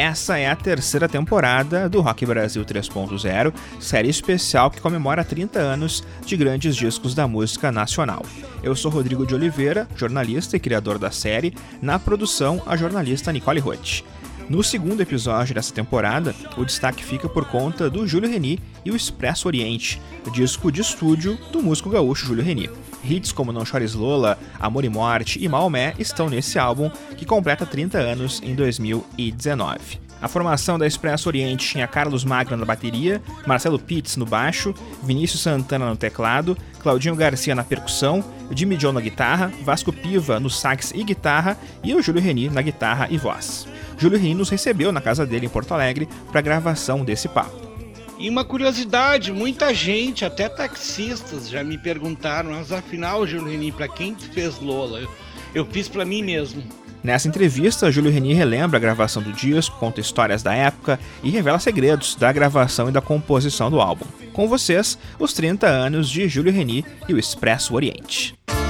Essa é a terceira temporada do Rock Brasil 3.0, série especial que comemora 30 anos de grandes discos da música nacional. Eu sou Rodrigo de Oliveira, jornalista e criador da série, na produção a jornalista Nicole Roth. No segundo episódio dessa temporada, o destaque fica por conta do Júlio Reni e o Expresso Oriente, disco de estúdio do músico gaúcho Júlio Reni. Hits como Não Chores Lola, Amor e Morte e Maomé estão nesse álbum, que completa 30 anos em 2019. A formação da Expresso Oriente tinha Carlos Magno na bateria, Marcelo Pitts no baixo, Vinícius Santana no teclado, Claudinho Garcia na percussão, Jimmy John na guitarra, Vasco Piva no sax e guitarra e o Júlio Reni na guitarra e voz. Júlio Reni nos recebeu na casa dele em Porto Alegre para a gravação desse papo. E uma curiosidade, muita gente, até taxistas, já me perguntaram, mas afinal, Júlio Reni, para quem tu fez Lola? Eu fiz para mim mesmo. Nessa entrevista, Júlio Reni relembra a gravação do disco, conta histórias da época e revela segredos da gravação e da composição do álbum. Com vocês, os 30 anos de Júlio Reni e o Expresso Oriente.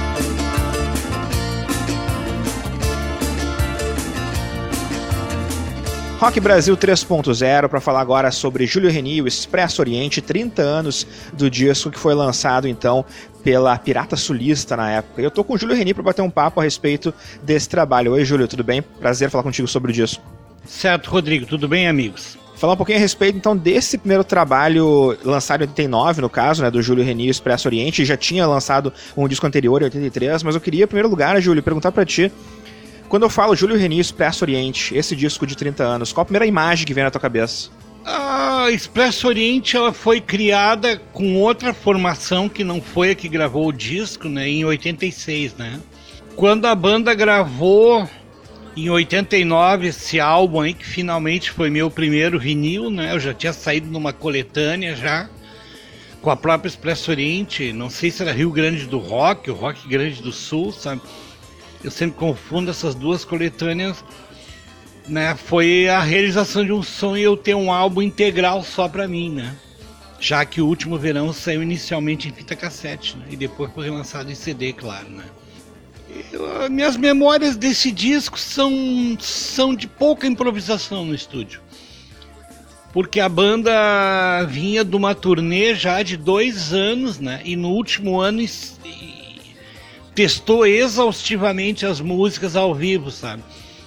Rock Brasil 3.0 para falar agora sobre Júlio Reni e o Expresso Oriente, 30 anos do disco que foi lançado então pela Pirata Sulista na época. Eu tô com o Júlio Reni para bater um papo a respeito desse trabalho. Oi, Júlio, tudo bem? Prazer falar contigo sobre o disco. Certo, Rodrigo, tudo bem, amigos? Falar um pouquinho a respeito então desse primeiro trabalho lançado em 89, no caso, né, do Júlio Reni e o Expresso Oriente. Já tinha lançado um disco anterior em 83, mas eu queria, em primeiro lugar, Júlio, perguntar para ti, quando eu falo Júlio Reni e Expresso Oriente, esse disco de 30 anos, qual a primeira imagem que vem na tua cabeça? A Expresso Oriente ela foi criada com outra formação que não foi a que gravou o disco, né, em 86, né? Quando a banda gravou em 89 esse álbum aí, que finalmente foi meu primeiro vinil, né? Eu já tinha saído numa coletânea já, com a própria Expresso Oriente, não sei se era Rio Grande do Rock, ou Rock Grande do Sul, sabe? Eu sempre confundo essas duas coletâneas, né? Foi a realização de um sonho eu ter um álbum integral só pra mim, né? Já que o Último Verão saiu inicialmente em fita cassete, né? E depois foi relançado em CD, claro, né? Minhas memórias desse disco são de pouca improvisação no estúdio. Porque a banda vinha de uma turnê já de 2 anos, né? E no último ano testou exaustivamente as músicas ao vivo, sabe?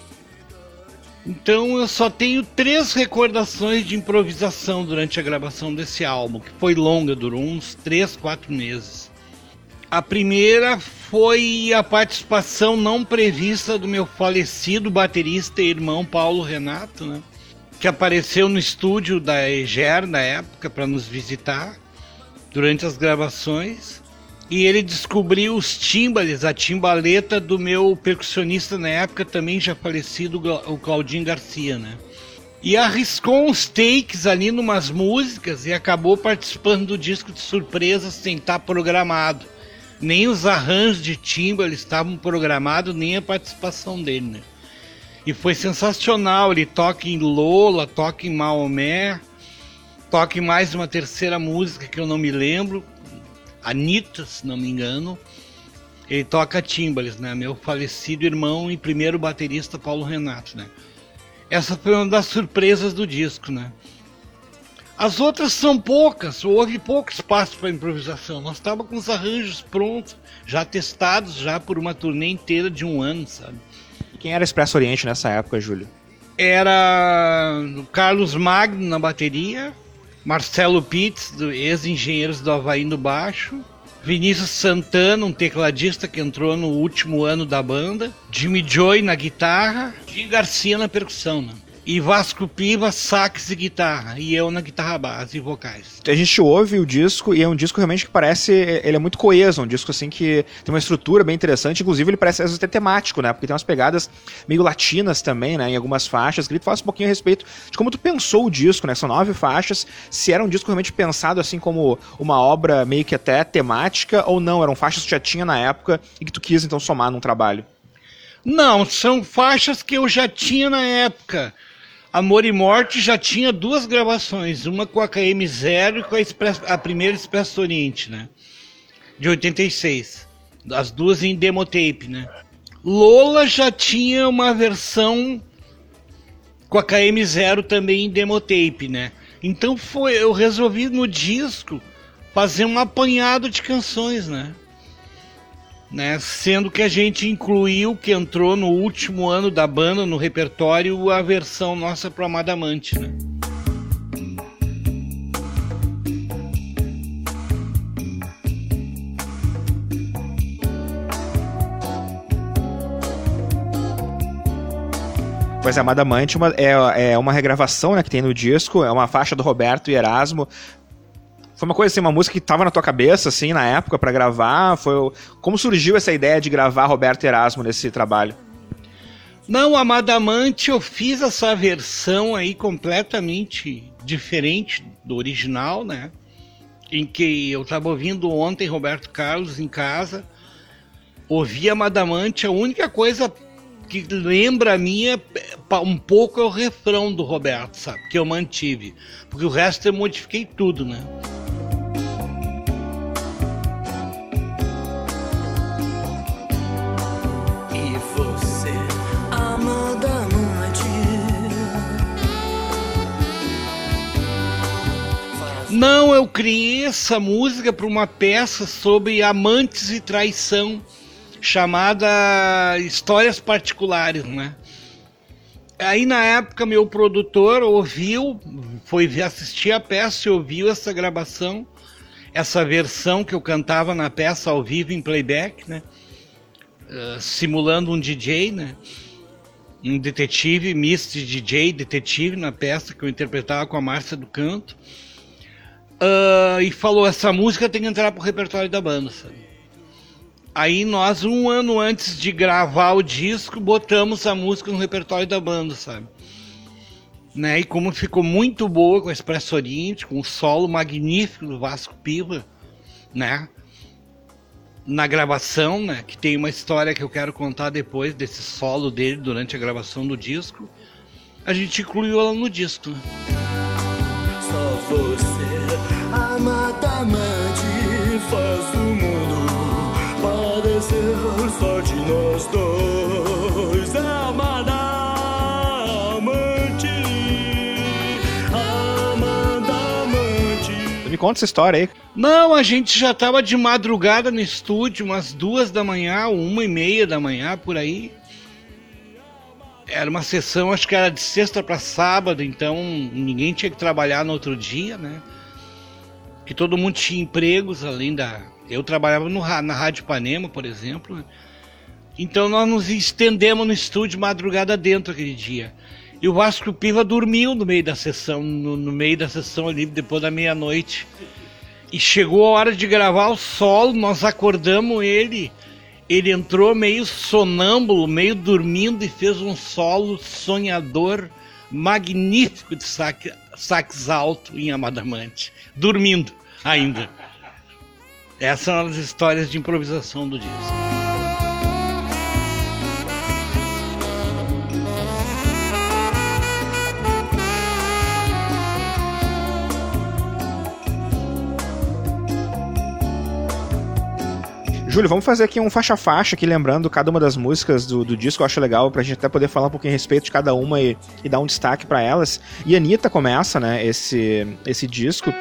Então eu só tenho 3 recordações de improvisação durante a gravação desse álbum, que foi longa, durou uns 3, 4 meses. A primeira foi a participação não prevista do meu falecido baterista e irmão Paulo Renato, né? Que apareceu no estúdio da EGER na época para nos visitar durante as gravações. E ele descobriu os timbales, a timbaleta do meu percussionista na época, também já falecido, o Claudinho Garcia, né? E arriscou uns takes ali numas músicas e acabou participando do disco de surpresa sem estar programado. Nem os arranjos de timbales estavam programados, nem a participação dele, né? E foi sensacional, ele toca em Lola, toca em Maomé, toca em mais uma terceira música que eu não me lembro, Anitta, se não me engano. Ele toca timbales, né? Meu falecido irmão e primeiro baterista Paulo Renato, né? Essa foi uma das surpresas do disco, né? As outras são poucas, houve pouco espaço para improvisação. Nós estávamos com os arranjos prontos, já testados já por uma turnê inteira de 1 ano, sabe? Quem era Expresso Oriente nessa época, Júlio? Era o Carlos Magno na bateria, Marcelo Pitts, ex-engenheiros do Havaí no baixo, Vinícius Santana, um tecladista que entrou no último ano da banda, Jimmy Joy na guitarra, Jim Garcia na percussão, né? E Vasco Piva, sax e guitarra, e eu na guitarra base e vocais. A gente ouve o disco e é um disco realmente que parece, ele é muito coeso, um disco assim que tem uma estrutura bem interessante, inclusive ele parece às vezes até temático, né, porque tem umas pegadas meio latinas também, né, em algumas faixas. Queria que tu falasse um pouquinho a respeito de como tu pensou o disco, né, são 9 faixas, se era um disco realmente pensado assim como uma obra meio que até temática ou não, eram faixas que tu já tinha na época e que tu quis então somar num trabalho. Não, são faixas que eu já tinha na época. Amor e Morte já tinha 2 gravações, uma com a KM0 e com a primeira Expresso Oriente, né? De 86. As 2 em demo tape, né? Lola já tinha uma versão com a KM0 também em demotape, né? Então eu resolvi no disco fazer um apanhado de canções, né? Sendo que a gente incluiu, que entrou no último ano da banda no repertório, a versão nossa pro Amada Amante, né? Pois é, Amada Amante é uma regravação, né, que tem no disco, é uma faixa do Roberto e Erasmo. Foi uma coisa assim, uma música que tava na tua cabeça, assim, na época, pra gravar? Como surgiu essa ideia de gravar Roberto e Erasmo nesse trabalho? Não, Amada Amante, eu fiz essa versão aí completamente diferente do original, né? Em que eu tava ouvindo ontem Roberto Carlos em casa, ouvi Amada Amante, a única coisa que lembra a minha um pouco é o refrão do Roberto, sabe? Que eu mantive. Porque o resto eu modifiquei tudo, né? E você, Amada Amante? Não, eu criei essa música para uma peça sobre amantes e traição, chamada Histórias Particulares, né? Aí na época meu produtor foi assistir a peça e ouviu essa gravação, essa versão que eu cantava na peça ao vivo em playback, né? Simulando um DJ, né? Um detetive, Mr. DJ, detetive na peça que eu interpretava com a Márcia do Canto. E falou, essa música tem que entrar pro repertório da banda, sabe? Aí nós, um ano antes de gravar o disco, botamos a música no repertório da banda, sabe? Né? E como ficou muito boa com a Expresso Oriente, com o solo magnífico do Vasco Piva, né? Na gravação, né? Que tem uma história que eu quero contar depois desse solo dele durante a gravação do disco, a gente incluiu ela no disco, né? Só você, Amada Amante, faz o mundo parecer só de nós dois. Amada Amante, Amada Amante. Me conta essa história aí. Não, a gente já tava de madrugada no estúdio, umas 2 da manhã, 1h30 da manhã, por aí. Era uma sessão, acho que era de sexta para sábado, então ninguém tinha que trabalhar no outro dia, né? Que todo mundo tinha empregos, além da... Eu trabalhava na Rádio Ipanema, por exemplo. Então nós nos estendemos no estúdio madrugada dentro aquele dia. E o Vasco Piva dormiu no meio da sessão, no meio da sessão ali, depois da meia-noite. E chegou a hora de gravar o solo, nós acordamos ele. Ele entrou meio sonâmbulo, meio dormindo e fez um solo sonhador, magnífico de sax alto em Amada Amante. Dormindo ainda. Essas são as histórias de improvisação do disco. Júlio, vamos fazer aqui um faixa-faixa, aqui lembrando cada uma das músicas do disco. Eu acho legal pra gente até poder falar um pouquinho a respeito de cada uma e dar um destaque pra elas. E Anitta começa, né, esse disco.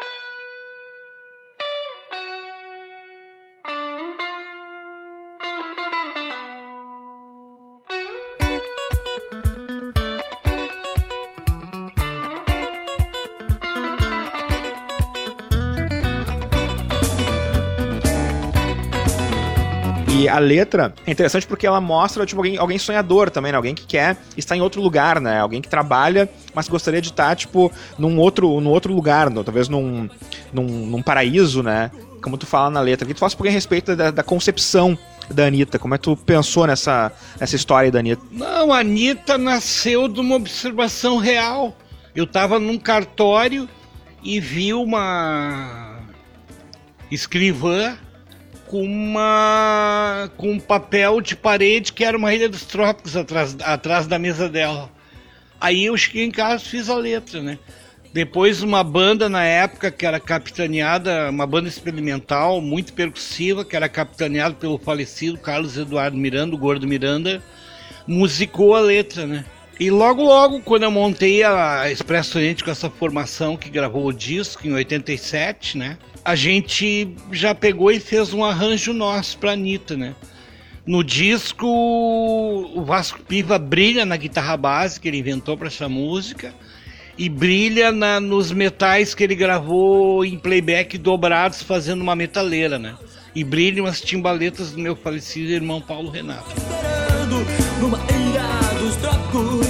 E a letra é interessante porque ela mostra tipo, alguém sonhador também, né? Alguém que quer estar em outro lugar, né? Alguém que trabalha, mas gostaria de estar, tipo, num outro lugar, talvez num paraíso, né? Como tu fala na letra. Aqui tu fala um pouquinho a respeito da concepção da Anitta. Como é que tu pensou nessa história da Anitta? Não, a Anitta nasceu de uma observação real. Eu tava num cartório e vi uma escrivã com um papel de parede que era uma Ilha dos Trópicos atrás da mesa dela. Aí eu cheguei em casa e fiz a letra, né? Depois uma banda na época que era capitaneada, uma banda experimental muito percussiva, que era capitaneada pelo falecido Carlos Eduardo Miranda, o Gordo Miranda, musicou a letra, né? E logo, quando eu montei a Expresso Oriente com essa formação que gravou o disco em 87, né? A gente já pegou e fez um arranjo nosso pra Anitta, né? No disco, o Vasco Piva brilha na guitarra base que ele inventou para essa música e brilha nos metais que ele gravou em playback dobrados fazendo uma metaleira, né? E brilham as timbaletas do meu falecido irmão Paulo Renato. Numa ilha dos trópicos,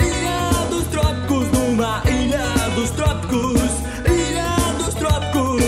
numa ilha dos trópicos, ilha dos trópicos.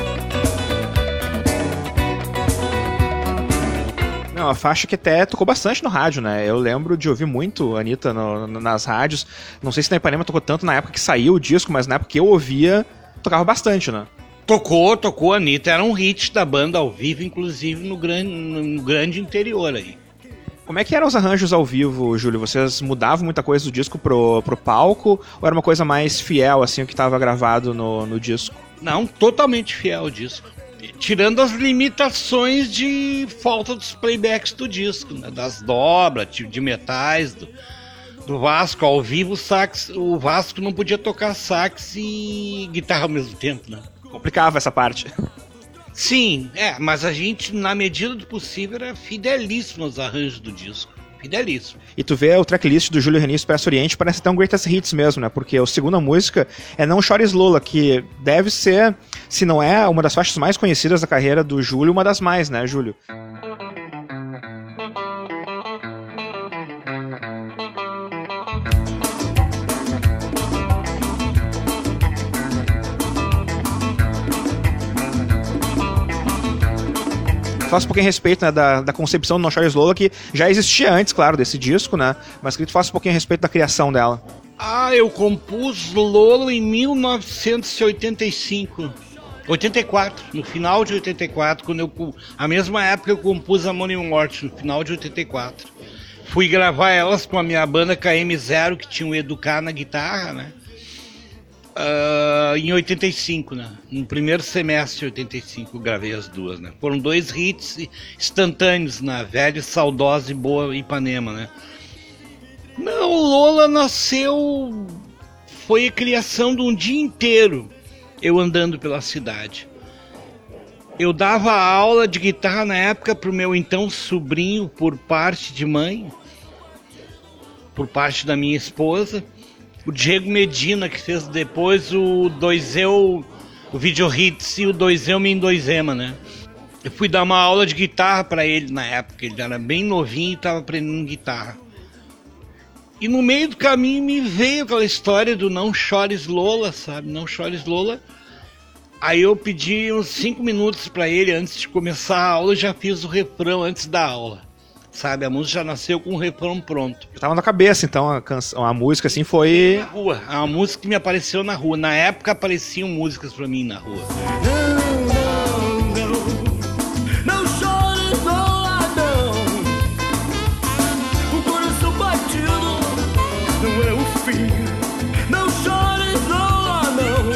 Não, a faixa que até tocou bastante no rádio, né? Eu lembro de ouvir muito a Anitta nas rádios. Não sei se na Ipanema tocou tanto na época que saiu o disco, mas na época que eu ouvia, tocava bastante, né? Tocou, a Anitta era um hit da banda ao vivo, inclusive no grande interior aí. Como é que eram os arranjos ao vivo, Júlio? Vocês mudavam muita coisa do disco pro palco? Ou era uma coisa mais fiel, assim, o que estava gravado no disco? Não, totalmente fiel ao disco. Tirando as limitações de falta dos playbacks do disco, né? Das dobras, de metais, do Vasco. Ao vivo, o Vasco não podia tocar sax e guitarra ao mesmo tempo, né? Complicava essa parte. Sim, mas a gente, na medida do possível, era fidelíssimo aos arranjos do disco. Fidelíssimo. E tu vê o tracklist do Júlio Reni Expresso Oriente, parece até um Greatest Hits mesmo, né? Porque a segunda música é Não Chores Lola, que deve ser, se não é uma das faixas mais conhecidas da carreira do Júlio, uma das mais, né, Júlio? Fala um pouquinho a respeito, né, da concepção do Não Chores Lola, que já existia antes, claro, desse disco, né? Mas queria que tu falasse um pouquinho a respeito da criação dela. Eu compus Lola em 1985. 84, no final de 84, a mesma época eu compus a Money Morte, no final de 84. Fui gravar elas com a minha banda KM0, que tinha o Educar na guitarra, né? Em 85, né? No primeiro semestre de 85 eu gravei as duas, né? Foram 2 hits instantâneos na velha, saudosa e boa Ipanema, né? Não, Lola nasceu... Foi a criação de um dia inteiro eu andando pela cidade. Eu dava aula de guitarra na época pro meu então sobrinho por parte de mãe, por parte da minha esposa. O Diego Medina, que fez depois o Video Hits e o 2Eu Me em 2Ema, né? Eu fui dar uma aula de guitarra pra ele na época, ele era bem novinho e tava aprendendo guitarra. E no meio do caminho me veio aquela história do Não Chores Lola, sabe? Não Chores Lola. Aí eu pedi uns 5 minutos pra ele antes de começar a aula, eu já fiz o refrão antes da aula. Sabe, a música já nasceu com o refrão pronto. Já tava na cabeça, então, a música, assim, foi... Na rua, é uma música que me apareceu na rua. Na época apareciam músicas pra mim na rua. Não chores, Lola, não. O coração batido não é o fim. Não chores, Lola, não.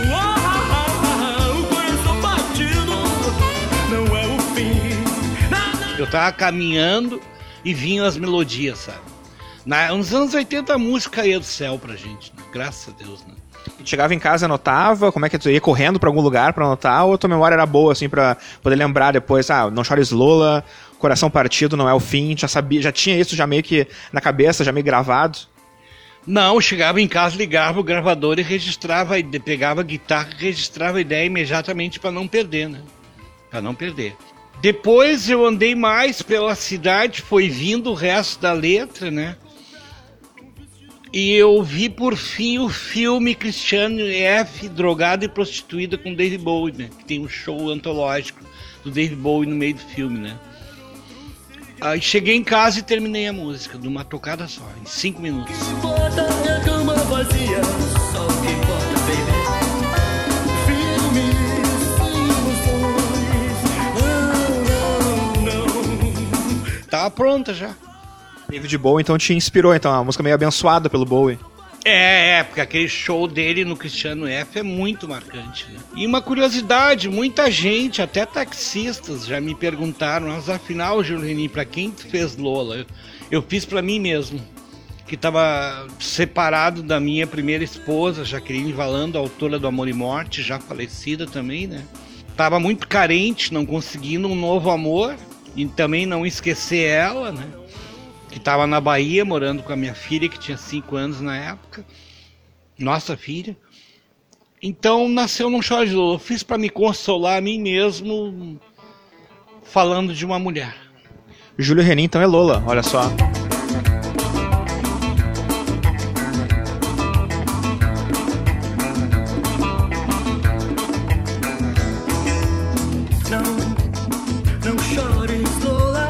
O coração batido não é o fim. Eu tava caminhando e vinham as melodias, sabe? Nos anos 80 a música ia do céu pra gente, né? Graças a Deus, né? Chegava em casa e anotava? Como é que tu ia correndo pra algum lugar pra anotar? Ou a tua memória era boa, assim, pra poder lembrar depois? Não chores Lola, coração partido não é o fim. Já sabia, já tinha isso já meio que na cabeça, já meio gravado? Não, eu chegava em casa, ligava o gravador e registrava, pegava a guitarra e registrava a ideia imediatamente pra não perder, né? Pra não perder. Depois eu andei mais pela cidade, foi vindo o resto da letra, né? E eu vi por fim o filme Christiane F. Drogada e Prostituída com David Bowie, né? Que tem um show antológico do David Bowie no meio do filme, né? Aí cheguei em casa e terminei a música, de uma tocada só, em 5 minutos. Não importa a cama vazia, só o que importa, baby. Tava pronta já. David Bowie então te inspirou, então, uma música meio abençoada pelo Bowie. Porque aquele show dele no Cristiano F é muito marcante, né? E uma curiosidade, muita gente, até taxistas, já me perguntaram, mas afinal, Júlio Reni, pra quem tu fez Lola? Eu fiz pra mim mesmo. que estava separado da minha primeira esposa, Jaqueline Valando, autora do Amor e Morte, já falecida também, né? Tava muito carente, não conseguindo um novo amor, e também não esquecer ela, né? Que estava na Bahia, morando com a minha filha, que tinha 5 anos na época. Nossa filha. Então nasceu Não Chore Lola. Eu fiz para me consolar a mim mesmo, falando de uma mulher. Júlio Renin, então, é Lola, olha só. Não chores, Lola.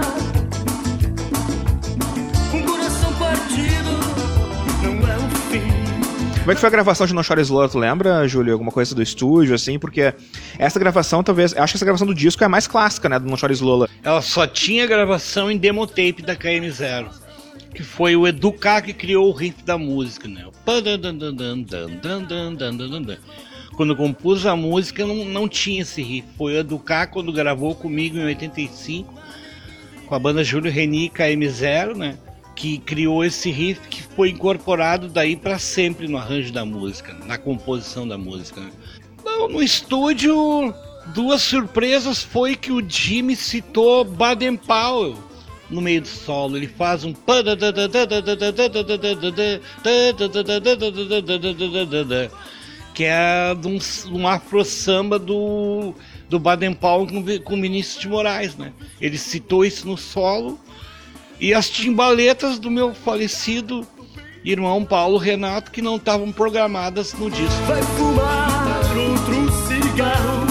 Um coração partido não é o fim. Como é que foi a gravação de Não Chores Lola, tu lembra, Júlio? Alguma coisa do estúdio, assim? Porque essa gravação, talvez... Acho que essa gravação do disco é a mais clássica, né? Do Não Chores Lola. Ela só tinha gravação em demotape da KM0. Que foi o Edu K que criou o riff da música, né? Quando eu compus a música, não tinha esse riff. Foi o Edu K quando gravou comigo em 85, com a banda Júlio Renin e KM0, né? Que criou esse riff que foi incorporado daí para sempre no arranjo da música, na composição da música, né? Não, no estúdio, 2 surpresas foi que o Jimmy citou Baden Powell no meio do solo. Ele faz um que é de um afro samba do Baden Powell com Vinícius de Moraes, né? Ele citou isso no solo. E as timbaletas do meu falecido irmão Paulo Renato, que não estavam programadas no disco. Vai fumar outro cigarro,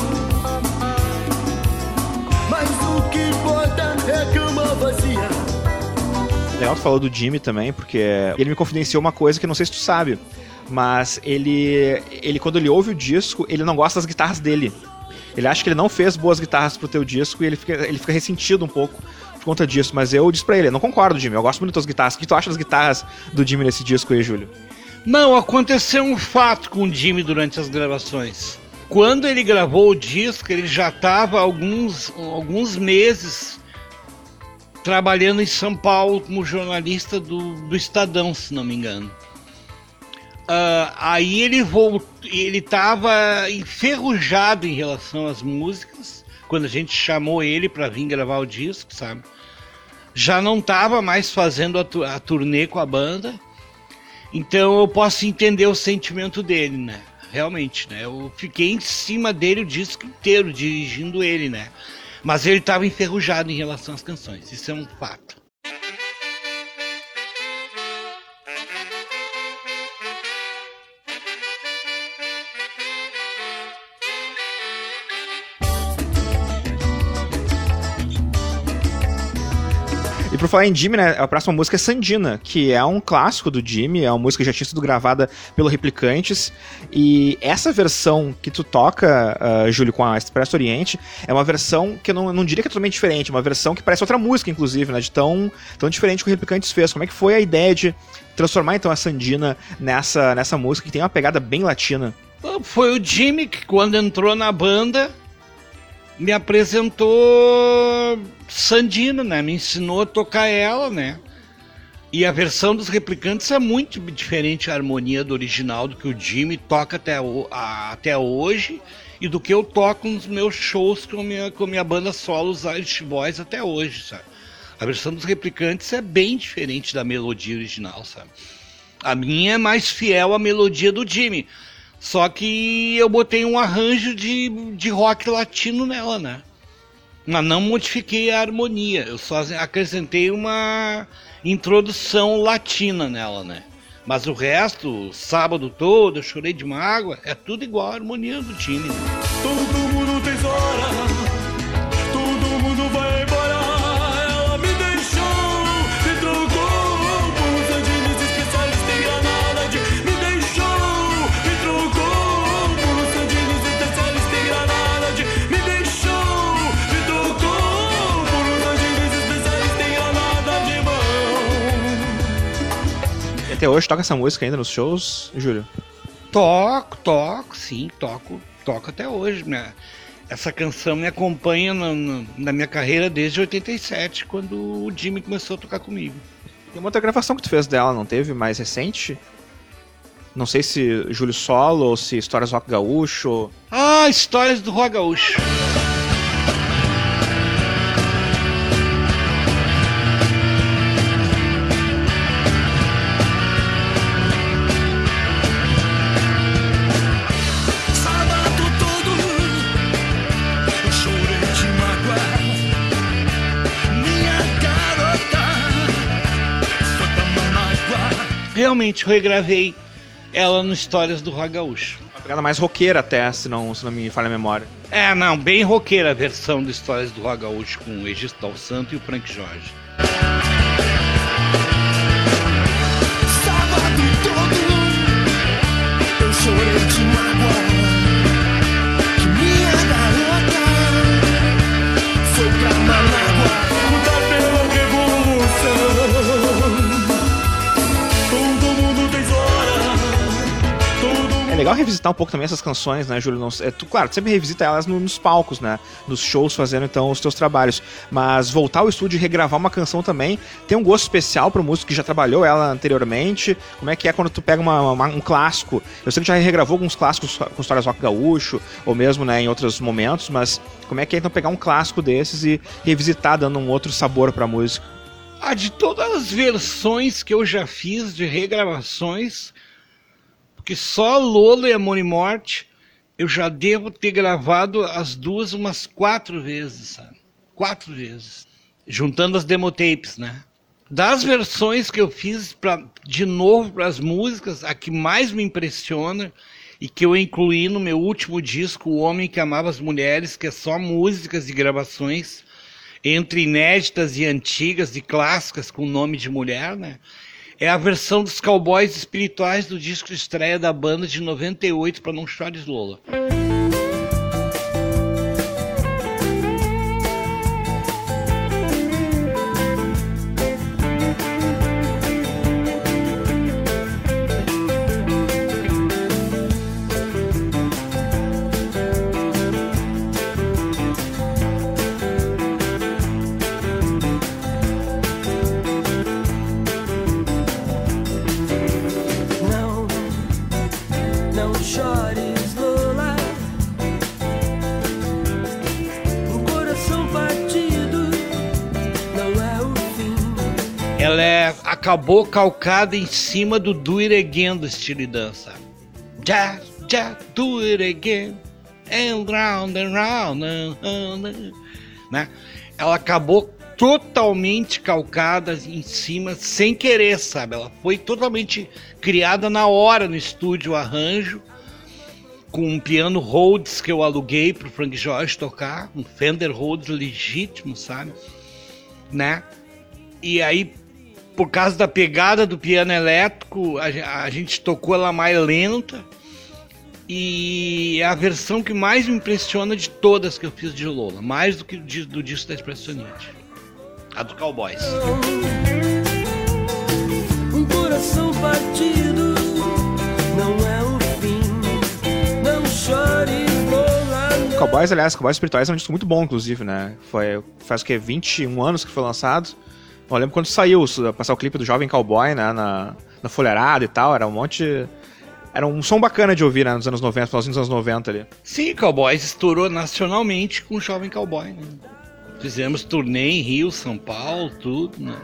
mas o que importa é a cama vazia. Legal, tu falou do Jimmy também, porque ele me confidenciou uma coisa que não sei se tu sabe, mas ele quando ele ouve o disco, ele não gosta das guitarras dele. Ele acha que ele não fez boas guitarras pro teu disco e ele fica ressentido um pouco por conta disso. Mas eu disse pra ele, eu não concordo, Jimmy, eu gosto muito das tuas guitarras. O que tu acha das guitarras do Jimmy nesse disco aí, Júlio? Não, aconteceu um fato com o Jimmy durante as gravações. Quando ele gravou o disco, ele já estava alguns meses trabalhando em São Paulo como jornalista do Estadão, se não me engano. Aí ele estava enferrujado em relação às músicas, quando a gente chamou ele para vir gravar o disco, sabe? Já não estava mais fazendo a turnê com a banda, então eu posso entender o sentimento dele, né? Realmente, né? Eu fiquei em cima dele o disco inteiro, dirigindo ele, né? Mas ele estava enferrujado em relação às canções, isso é um fato. E por falar em Jimmy, né, a próxima música é Sandina, que é um clássico do Jimmy, é uma música que já tinha sido gravada pelo Replicantes, e essa versão que tu toca, Júlio, com a Expresso Oriente, é uma versão que eu não diria que é totalmente diferente, uma versão que parece outra música, inclusive, né, de tão diferente que o Replicantes fez. Como é que foi a ideia de transformar, então, a Sandina nessa música que tem uma pegada bem latina? Foi o Jimmy que, quando entrou na banda, me apresentou Sandina, né? Me ensinou a tocar ela, né? E a versão dos Replicantes é muito diferente a harmonia do original, do que o Jimmy toca até hoje e do que eu toco nos meus shows com minha banda solo, os Irish Boys, até hoje, sabe? A versão dos Replicantes é bem diferente da melodia original, sabe? A minha é mais fiel à melodia do Jimmy. Só que eu botei um arranjo de rock latino nela, né? Mas não modifiquei a harmonia. Eu só acrescentei uma introdução latina nela, né? Mas o resto, sábado todo, eu chorei de mágoa, é tudo igual a harmonia do time, né? Todo mundo tem hora, todo mundo vai embora. Ela me deixou, me trocou por um Sandines especialista em Granada. Me deixou, me trocou por um Sandines especialista em Granada. Me deixou, me trocou por um Sandines especialista em Granada de mão. E até hoje toca essa música ainda nos shows, Júlio? Toco, sim, toco até hoje, né? Essa canção me acompanha na minha carreira desde 87, quando o Jimmy começou a tocar comigo. Tem uma outra gravação que tu fez dela, não teve? Mais recente? Não sei se Júlio Solo ou se Histórias do Rock Gaúcho. Ah, Histórias do Rock Gaúcho. Realmente, eu regravei ela no Histórias do Rock Gaúcho. Uma pegada mais roqueira até, se não me falha a memória. É, não, bem roqueira a versão do Histórias do Rock Gaúcho com o Egisto Dal Santo e o Frank Jorge. Sábado todo eu chorei de mágoa que minha garota foi pra Manágua lutar pela revolução. Todo mundo tem hora. É legal revisitar um pouco também essas canções, né, Júlio? Claro, tu sempre revisita elas nos palcos, né? Nos shows, fazendo então os teus trabalhos. Mas voltar ao estúdio e regravar uma canção também tem um gosto especial pro músico que já trabalhou ela anteriormente. Como é que é quando tu pega um clássico? Eu sei que já regravou alguns clássicos com Histórias Rock Gaúcho, ou mesmo, né, em outros momentos, mas como é que é então pegar um clássico desses e revisitar, dando um outro sabor pra música? Ah, de todas as versões que eu já fiz de regravações, porque só Lola e Amor e Morte eu já devo ter gravado as duas umas 4 vezes, sabe? 4 vezes. Juntando as demotapes, né? Das versões que eu fiz de novo para as músicas, a que mais me impressiona e que eu incluí no meu último disco, O Homem que Amava as Mulheres, que é só músicas e gravações entre inéditas e antigas e clássicas com nome de mulher, né? É a versão dos Cowboys Espirituais do disco de estreia da banda de 98, Pra Não Chores Lola. Não chores, Lola. Um coração partido não é o fim. Ela acabou calcada em cima do Do It Again do Steely Dan, sabe? Já, do it again, and round, né? Ela acabou totalmente calcada em cima, sem querer, sabe? Ela foi totalmente criada na hora no estúdio, o arranjo, com um piano Rhodes que eu aluguei pro Frank Jorge tocar, um Fender Rhodes legítimo, sabe? Né? E aí, por causa da pegada do piano elétrico, a gente tocou ela mais lenta, e é a versão que mais me impressiona de todas que eu fiz de Lola, mais do que do disco da Expressionite. A do Cowboys. Um coração partido não é o fim. Não chores, Lola. Cowboys Espirituais é um disco muito bom, inclusive, né? Faz o quê? 21 anos que foi lançado. Eu lembro quando saiu, passar o clipe do Jovem Cowboy, né? Na folharada e tal, era um monte... Era um som bacana de ouvir, né? Nos anos 90, finalzinho dos anos 90 ali. Sim, Cowboys estourou nacionalmente com o Jovem Cowboy, né? Fizemos turnê em Rio, São Paulo, tudo, né?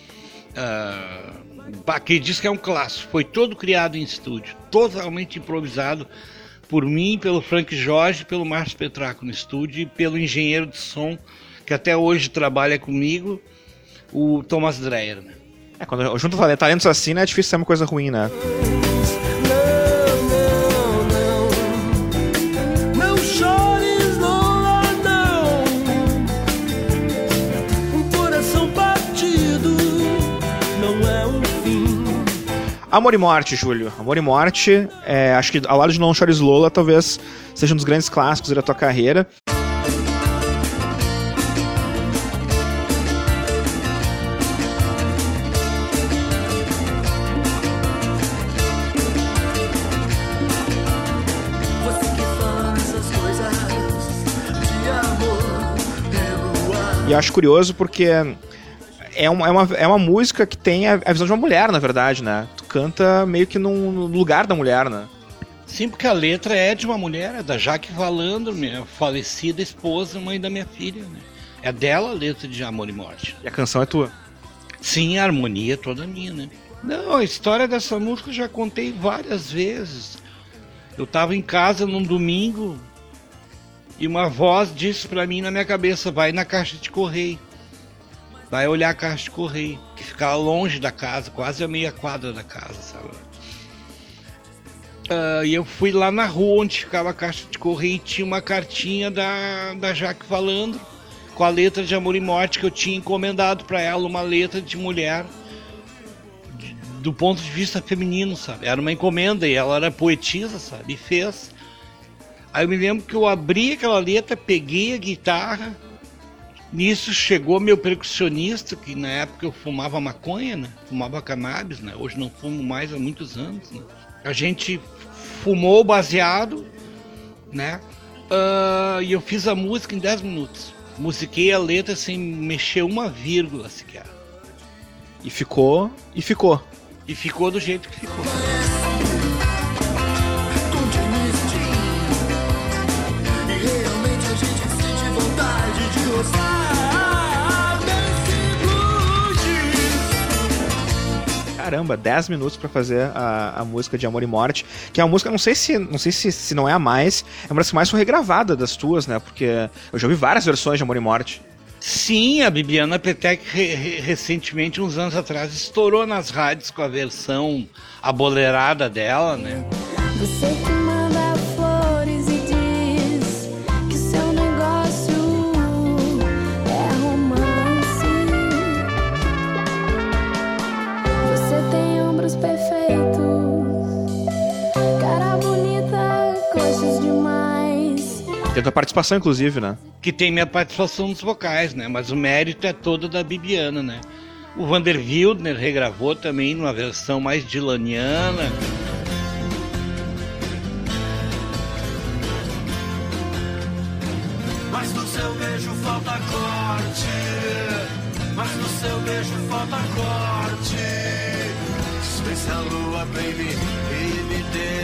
Aquele disco é um clássico, foi todo criado em estúdio, totalmente improvisado por mim, pelo Frank Jorge, pelo Márcio Petraco no estúdio e pelo engenheiro de som, que até hoje trabalha comigo, o Thomas Dreyer, né? Quando junta talentos assim, né, é difícil ser uma coisa ruim, né? Amor e Morte, Júlio. Amor e Morte, acho que ao lado de Não Chores Lola, talvez seja um dos grandes clássicos da tua carreira. E eu acho curioso porque é uma música que tem a visão de uma mulher, na verdade, né? Tu canta meio que no lugar da mulher, né? Sim, porque a letra é de uma mulher, é da Jaque Valandro, minha falecida esposa, mãe da minha filha, né? É dela a letra de Amor e Morte. E a canção é tua? Sim, a harmonia é toda minha, né? Não, a história dessa música eu já contei várias vezes. Eu tava em casa num domingo e uma voz disse pra mim na minha cabeça: vai na caixa de correio. Vai olhar a caixa de correio, que ficava longe da casa, quase a meia quadra da casa, sabe? E eu fui lá na rua onde ficava a caixa de correio e tinha uma cartinha da Jaque Valandro com a letra de Amor e Morte que eu tinha encomendado pra ela, uma letra de mulher do ponto de vista feminino, sabe? Era uma encomenda e ela era poetisa, sabe? E fez. Aí eu me lembro que eu abri aquela letra, peguei a guitarra, nisso chegou meu percussionista, que na época eu fumava maconha, né? Fumava cannabis, né? Hoje não fumo mais há muitos anos, né? A gente fumou baseado, né? E eu fiz a música em 10 minutos. Musiquei a letra sem mexer uma vírgula sequer. E ficou. E ficou do jeito que ficou. Caramba, 10 minutos pra fazer a música de Amor e Morte, que é uma música, não sei se não é a mais, é uma das que mais foi regravada das tuas, né? Porque eu já ouvi várias versões de Amor e Morte. Sim, a Bibiana Petec recentemente, uns anos atrás, estourou nas rádios com a versão abolerada dela, né? Você que manda flores e diz que seu negócio é romance. Você tem ombros perfeitos, cara bonita, coxas demais. Tem tua participação, inclusive, né? Que tem minha participação nos vocais, né? Mas o mérito é todo da Bibiana, né? O Vander Wildner regravou também numa versão mais dilaniana. Mas no seu beijo falta corte. Mas no seu beijo falta corte. Despensa a lua, baby, e me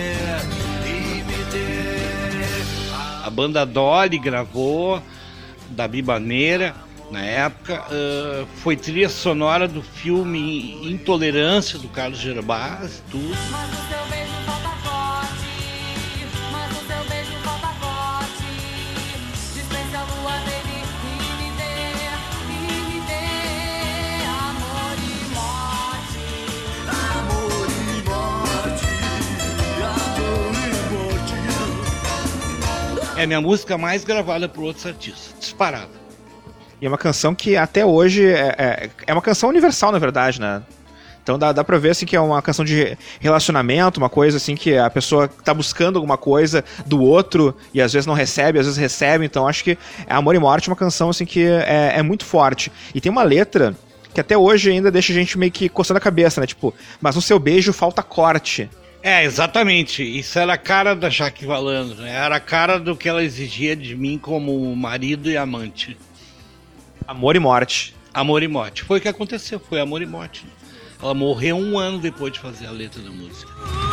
dê. A banda Dolly gravou, da Bibaneira, na época. Foi trilha sonora do filme Intolerância, do Carlos Gervásio, tudo. Mas o seu beijo falta corte. Mas o seu beijo falta corte. Dispensa a lua, baby, e me dê amor e morte. Amor e morte. É minha música mais gravada por outros artistas, disparada. E é uma canção que até hoje é uma canção universal, na verdade, né? Então dá pra ver assim, que é uma canção de relacionamento, uma coisa assim que a pessoa tá buscando alguma coisa do outro e às vezes não recebe, às vezes recebe. Então acho que Amor e Morte é uma canção assim, que é muito forte. E tem uma letra que até hoje ainda deixa a gente meio que coçando a cabeça, né? Tipo, mas no seu beijo falta corte. É, exatamente. Isso era a cara da Jaque Valandro, né? Era a cara do que ela exigia de mim como marido e amante. Amor e Morte. Amor e Morte. Foi o que aconteceu, foi Amor e Morte. Ela morreu 1 ano depois de fazer a letra da música.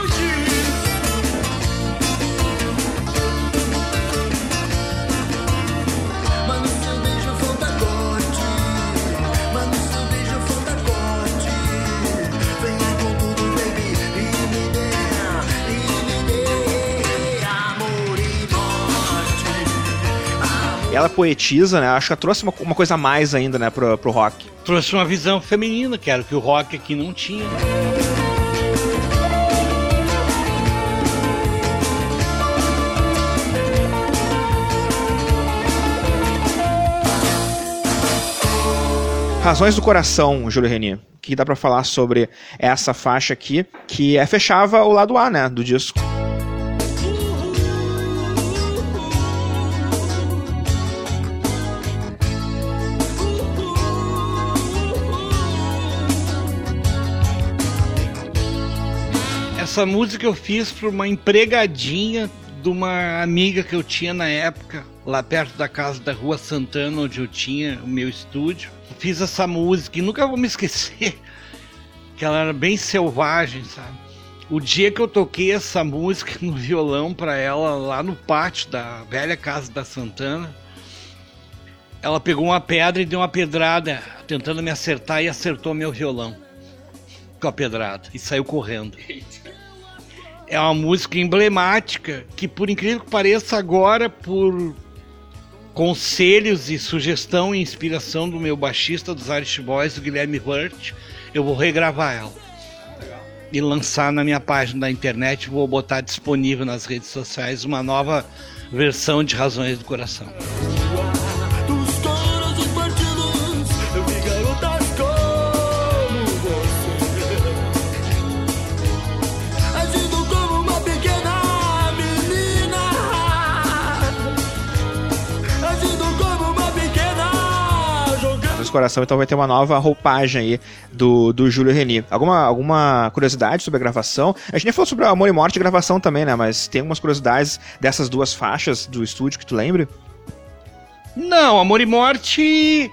Mas no seu beijo falta corte. Mas no seu beijo falta corte. Venha com tudo, baby, e me dê amor e morte. Ela poetiza, né? Acho que ela trouxe uma coisa a mais ainda, né, pro rock. Trouxe uma visão feminina, que era o que o rock aqui não tinha. Razões do Coração, Júlio Reni. O que dá pra falar sobre essa faixa aqui, que fechava o lado A, né, do disco. Essa música eu fiz para uma empregadinha de uma amiga que eu tinha na época, lá perto da casa da Rua Santana, onde eu tinha o meu estúdio. Fiz essa música e nunca vou me esquecer que ela era bem selvagem, sabe? O dia que eu toquei essa música no violão pra ela lá no pátio da velha casa da Santana, ela pegou uma pedra e deu uma pedrada tentando me acertar e acertou meu violão com a pedrada e saiu correndo. É uma música emblemática que, por incrível que pareça, agora, por conselhos e sugestão e inspiração do meu baixista dos Irish Boys, o Guilherme Hurt, eu vou regravar ela e lançar na minha página da internet. Vou botar disponível nas redes sociais uma nova versão de Razões do Coração. Dos corações partidos, eu vi garotas como você, agindo como uma pequena menina, agindo como uma pequena jogando. Esse coração então vai ter uma nova roupagem aí do Júlio Reni. Alguma curiosidade sobre a gravação? A gente nem falou sobre Amor e Morte e gravação também, né? Mas tem algumas curiosidades dessas duas faixas do estúdio que tu lembre? Não, Amor e Morte,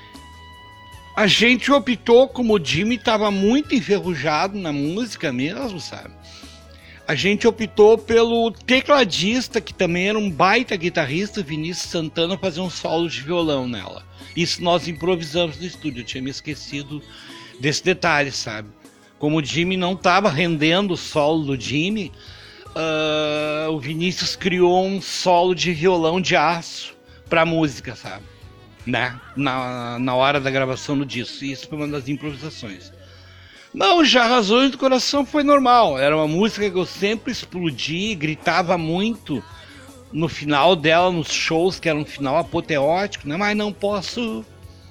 a gente optou, como o Jimmy estava muito enferrujado na música mesmo, sabe? A gente optou pelo tecladista, que também era um baita guitarrista, Vinícius Santana, fazer um solo de violão nela. Isso nós improvisamos no estúdio, eu tinha me esquecido desse detalhe, sabe? Como o Jimmy não estava rendendo o solo do Jimmy, o Vinícius criou um solo de violão de aço pra música, sabe? Né? Na hora da gravação do disco. E isso foi uma das improvisações. Não, já Razões do Coração foi normal. Era uma música que eu sempre explodi, gritava muito no final dela, nos shows, que era um final apoteótico, né? Mas não posso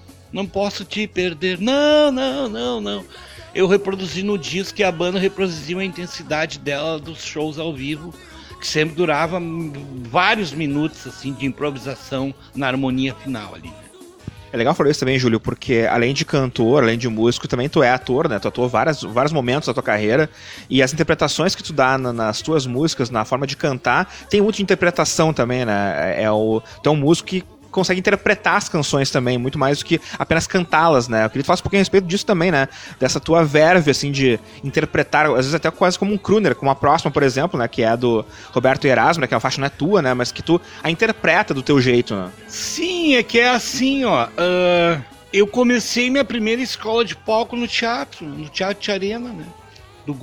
te perder. Não. Eu reproduzi no disco e a banda reproduziu a intensidade dela dos shows ao vivo, que sempre durava vários minutos assim de improvisação na harmonia final ali. É legal falar isso também, Júlio, porque além de cantor, além de músico, também tu é ator, né? Tu atuou vários momentos da tua carreira, e as interpretações que tu dá nas tuas músicas, na forma de cantar, tem muito de interpretação também, né? Tu é um músico que consegue interpretar as canções também, muito mais do que apenas cantá-las, né? Eu queria que tu falasse um pouquinho a respeito disso também, né? Dessa tua verve, assim, de interpretar, às vezes até quase como um crooner, como a próxima, por exemplo, né? Que é do Roberto Erasmo, né? Que a faixa não é tua, né? Mas que tu a interpreta do teu jeito, né? Sim, é que é assim, ó. Eu comecei minha primeira escola de palco no Teatro de Arena, né? Do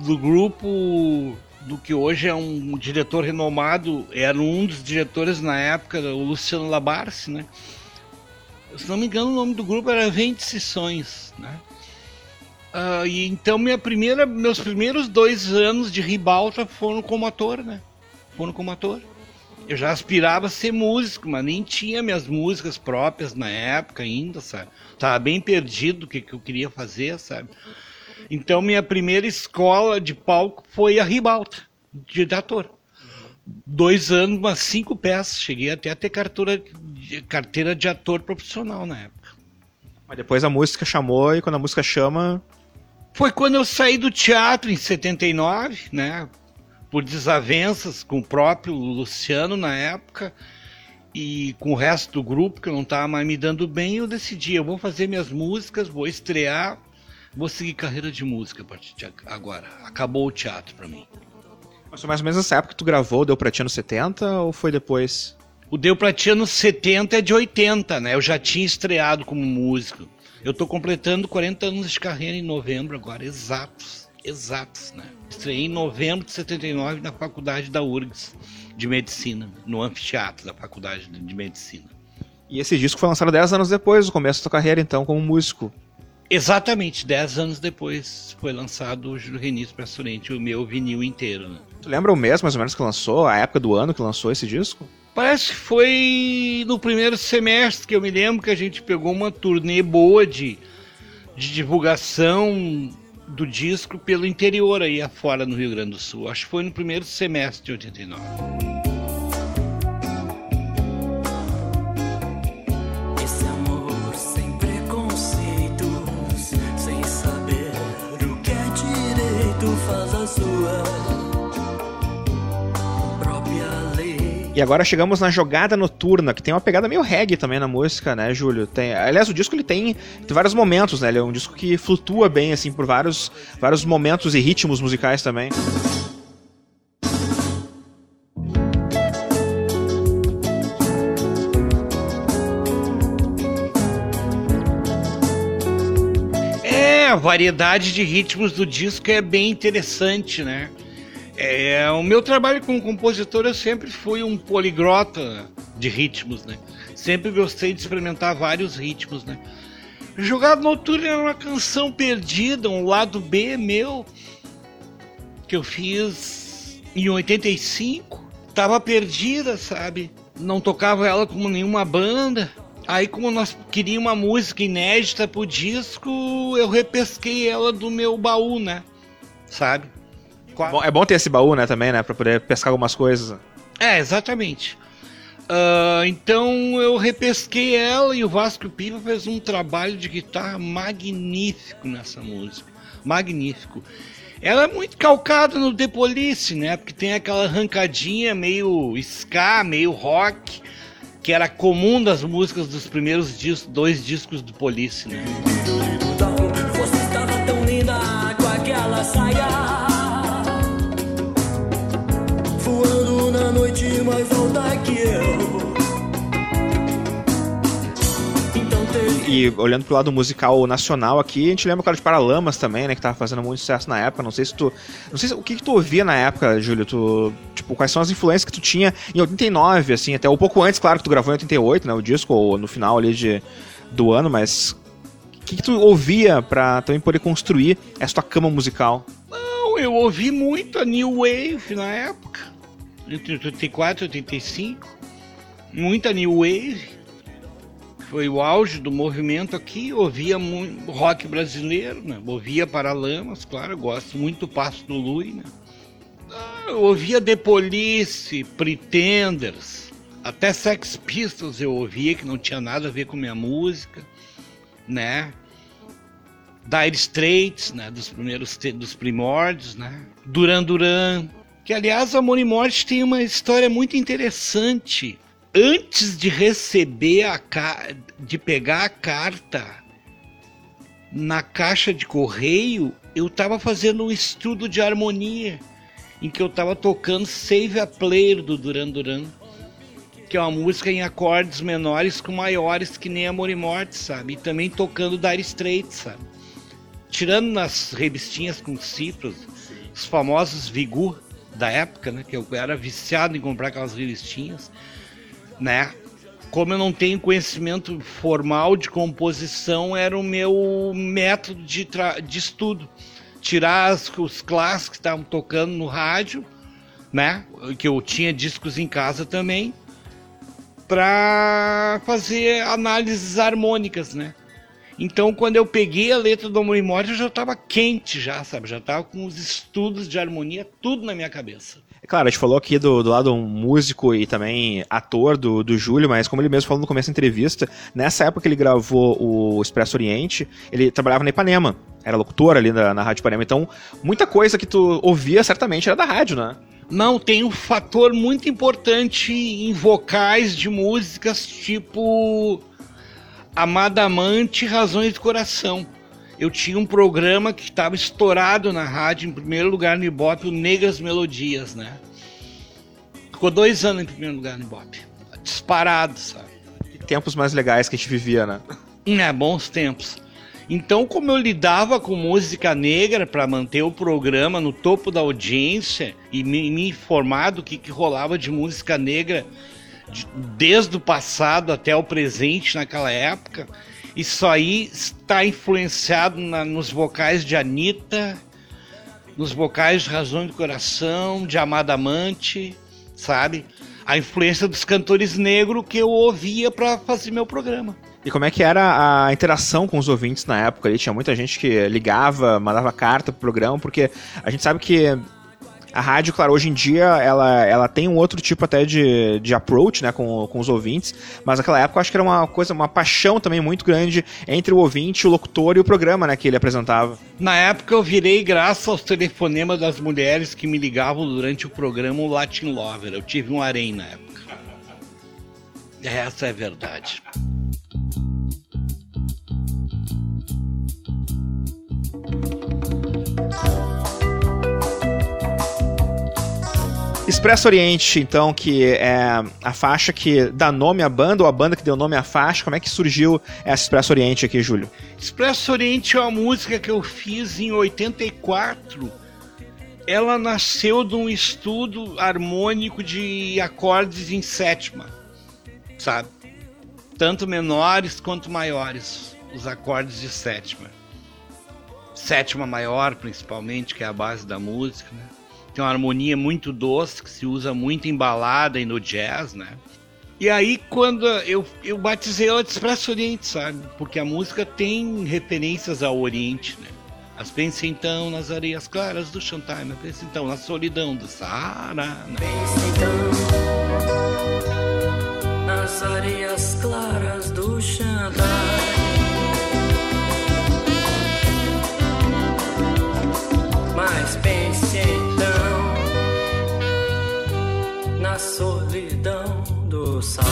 grupo do que hoje é um diretor renomado, era um dos diretores na época, o Luciano Labarce, né? Se não me engano, o nome do grupo era Vente Sessões, né? E então meus primeiros 2 anos de ribalta foram como ator, né? Eu já aspirava a ser músico, mas nem tinha minhas músicas próprias na época ainda, sabe? Tava bem perdido o que eu queria fazer, sabe? Então minha primeira escola de palco foi a ribalta de ator. 2 anos, umas 5 peças. Cheguei até a ter carteira de ator profissional na época. Mas depois a música chamou, e quando a música chama... Foi quando eu saí do teatro em 79, né? Por desavenças com o próprio Luciano na época e com o resto do grupo, que eu não estava mais me dando bem, eu decidi, eu vou fazer minhas músicas, vou estrear, vou seguir carreira de música a partir de agora. Acabou o teatro pra mim. Mas foi mais ou menos nessa época que tu gravou, Deu Pra Ti anos 70, ou foi depois? O Deu Pra Ti anos 70 é de 80, né? Eu já tinha estreado como músico. Eu tô completando 40 anos de carreira em novembro agora, exatos, né? Estreiei em novembro de 79 na faculdade da URGS de Medicina, no anfiteatro da faculdade de Medicina. E esse disco foi lançado 10 anos depois do começo da tua carreira, então, como músico. Exatamente, 10 anos depois foi lançado o Júlio Reni Expresso Oriente, o meu vinil inteiro, né? Tu lembra o mês mais ou menos que lançou, a época do ano que lançou esse disco? Parece que foi no primeiro semestre, que eu me lembro que a gente pegou uma turnê boa de divulgação do disco pelo interior aí afora no Rio Grande do Sul. Acho que foi no primeiro semestre de 89. Esse amor sem preconceitos, sem saber o que é direito, faz a sua própria lei. E agora chegamos na Jogada Noturna, que tem uma pegada meio reggae também na música, né, Júlio? Aliás, o disco ele tem vários momentos, né? Ele é um disco que flutua bem, assim, por vários momentos e ritmos musicais também. A variedade de ritmos do disco é bem interessante, né? O meu trabalho como compositor, eu sempre fui um poliglota de ritmos, né? Sempre gostei de experimentar vários ritmos, né? Jogada Noturna era uma canção perdida, um lado B meu, que eu fiz em 85. Tava perdida, sabe? Não tocava ela como nenhuma banda. Aí, como nós queríamos uma música inédita pro disco, eu repesquei ela do meu baú, né? Sabe? É bom ter esse baú, né, também, né? Pra poder pescar algumas coisas. Exatamente. Então eu repesquei ela e o Vasco Piva fez um trabalho de guitarra magnífico nessa música. Magnífico. Ela é muito calcada no The Police, né? Porque tem aquela arrancadinha meio ska, meio rock, que era comum das músicas dos primeiros dois discos do Police, né? Você estava tão linda com aquela saia, voando na noite mais alta que eu. E olhando pro lado musical nacional aqui, a gente lembra, claro, de Paralamas também, né? Que tava fazendo muito sucesso na época. Não sei o que tu ouvia na época, Júlio. Tipo, quais são as influências que tu tinha em 89, assim, até um pouco antes, claro, que tu gravou em 88, né? O disco, ou no final ali do ano, mas o que tu ouvia pra também poder construir essa tua cama musical? Não, eu ouvi muito a New Wave na época, entre 84 e 85. Muita New Wave. Foi o auge do movimento aqui, ouvia muito rock brasileiro, né? Ouvia Paralamas, claro, gosto muito do Passo do Lui, né? Eu ouvia The Police, Pretenders, até Sex Pistols eu ouvia, que não tinha nada a ver com minha música, né? Dire Straits, né? Dos primórdios, né? Duran Duran, que aliás Amor e Morte tem uma história muito interessante. Antes de receber de pegar a carta na caixa de correio, eu estava fazendo um estudo de harmonia, em que eu estava tocando Save a Player do Duran Duran, que é uma música em acordes menores com maiores, que nem Amor e Morte, sabe? E também tocando Dire Straits, sabe? Tirando nas revistinhas com cifras, os famosos Vigu da época, né? Que eu era viciado em comprar aquelas revistinhas, né? Como eu não tenho conhecimento formal de composição, era o meu método de estudo. Tirar os clássicos que estavam tocando no rádio, né? Que eu tinha discos em casa também, para fazer análises harmônicas, né? Então, quando eu peguei a letra do Amor e Morte, eu já estava quente, sabe? Já estava com os estudos de harmonia, tudo na minha cabeça. Claro, a gente falou aqui do lado músico e também ator do Júlio, mas como ele mesmo falou no começo da entrevista, nessa época que ele gravou o Expresso Oriente, ele trabalhava na Ipanema, era locutor ali na Rádio Ipanema, então muita coisa que tu ouvia certamente era da rádio, né? Não, tem um fator muito importante em vocais de músicas tipo Amada Amante, Razões de Coração. Eu tinha um programa que estava estourado na rádio, em primeiro lugar no Ibope, o Negras Melodias, né? Ficou 2 anos em primeiro lugar no Ibope. Disparado, sabe? Que tempos mais legais que a gente vivia, né? Bons tempos. Então, como eu lidava com música negra para manter o programa no topo da audiência e me informar do que rolava de música negra desde o passado até o presente naquela época, isso aí está influenciado nos vocais de Anitta, nos vocais de Razão de Coração, de Amada Amante, sabe? A influência dos cantores negros que eu ouvia para fazer meu programa. E como é que era a interação com os ouvintes na época? Ali tinha muita gente que ligava, mandava carta pro programa, porque a gente sabe que a rádio, claro, hoje em dia ela tem um outro tipo até de approach, né, com os ouvintes, mas naquela época eu acho que era uma paixão também muito grande entre o ouvinte, o locutor e o programa, né, que ele apresentava. Na época eu virei, graças aos telefonemas das mulheres que me ligavam durante o programa, o Latin Lover. Eu tive um harém na época. Essa é a verdade. Expresso Oriente, então, que é a faixa que dá nome à banda, ou a banda que deu nome à faixa. Como é que surgiu essa Expresso Oriente aqui, Júlio? Expresso Oriente é uma música que eu fiz em 84. Ela nasceu de um estudo harmônico de acordes em sétima, sabe? Tanto menores quanto maiores, os acordes de sétima. Sétima maior, principalmente, que é a base da música, né? Tem uma harmonia muito doce, que se usa muito em balada e no jazz, né? E aí, quando eu batizei ela de Expresso Oriente, sabe? Porque a música tem referências ao Oriente, né? Mas pense então nas areias claras do Xantai, pense então na solidão do Saara, né? Pense então nas areias claras do Xantai. Mas pense então na solidão do Saara.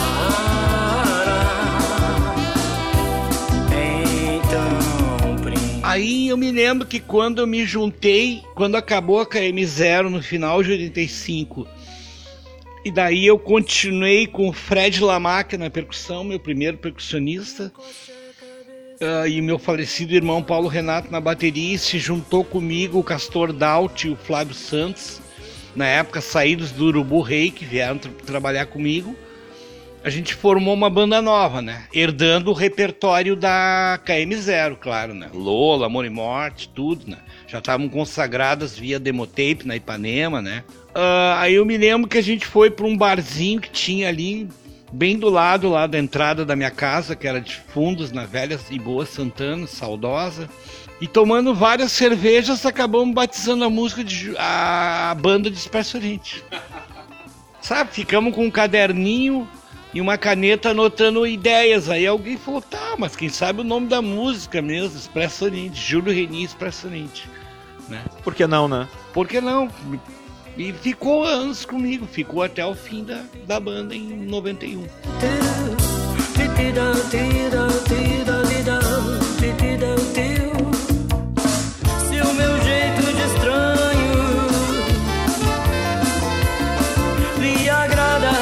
Então, aí eu me lembro que quando eu me juntei, quando acabou a KM0 no final de 85, e daí eu continuei com o Fred Lamac na percussão, meu primeiro percussionista, e meu falecido irmão Paulo Renato na bateria, e se juntou comigo o Castor Daut e o Flávio Santos, na época saídos do Urubu Rei, que vieram trabalhar comigo. A gente formou uma banda nova, né? Herdando o repertório da KM0, claro, né? Lola, Amor e Morte, tudo, né? Já estavam consagradas via demotape na Ipanema, né? Aí eu me lembro que a gente foi para um barzinho que tinha ali, bem do lado lá da entrada da minha casa, que era de fundos, na velha e boa Santana, saudosa. E tomando várias cervejas, acabamos batizando a música, a banda de Expresso Oriente. Sabe, ficamos com um caderninho e uma caneta anotando ideias. Aí alguém falou, tá, mas quem sabe o nome da música mesmo, Expresso Oriente, Júlio Reni Expresso Oriente. Né? Por que não, né? Por que não? E ficou anos comigo, ficou até o fim da banda em 91. Se o meu jeito de estranho lhe agrada,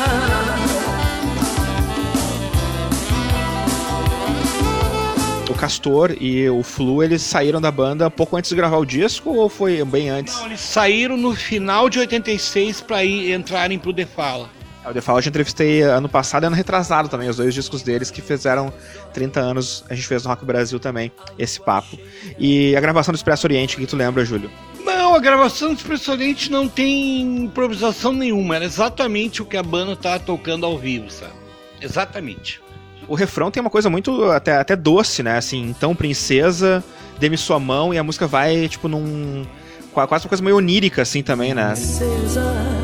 O Castor e o Flu, eles saíram da banda pouco antes de gravar o disco, ou foi bem antes? Não, eles saíram no final de 86 para entrarem pro The Fala. O The Fall eu entrevistei ano passado e ano retrasado também, os dois discos deles que fizeram 30 anos, a gente fez no Rock Brasil também, esse papo. E a gravação do Expresso Oriente, o que tu lembra, Júlio? Não, a gravação do Expresso Oriente não tem improvisação nenhuma, era exatamente o que a banda tá tocando ao vivo, sabe? Exatamente. O refrão tem uma coisa muito, até doce, né, assim, então princesa, dê-me sua mão, e a música vai, tipo, quase uma coisa meio onírica, assim, também, né? princesa,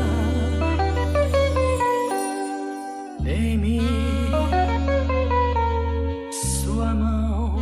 dê-me sua mão,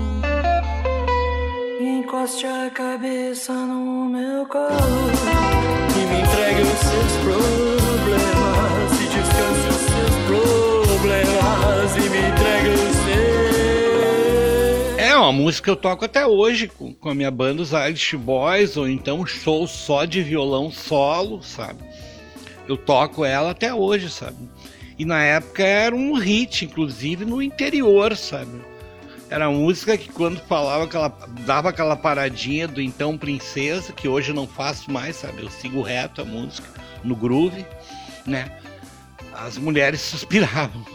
encoste a cabeça no meu colo e me entregue os seus problemas, e descanse os seus problemas, e me entregue os seus. É uma música que eu toco até hoje com a minha banda, os Irish Boys, ou então show só de violão solo, sabe? Eu toco ela até hoje, sabe? E na época era um hit, inclusive no interior, sabe? Era música que quando falava, dava aquela paradinha do então princesa, que hoje eu não faço mais, sabe? Eu sigo reto a música, no groove, né? As mulheres suspiravam.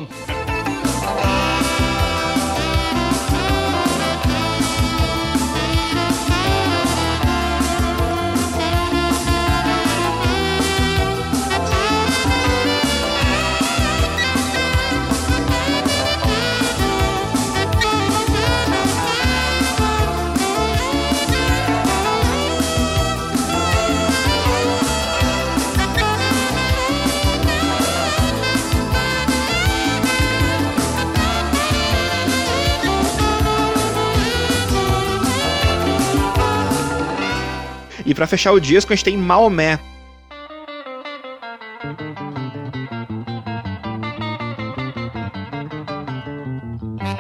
E pra fechar o disco, a gente tem Maomé.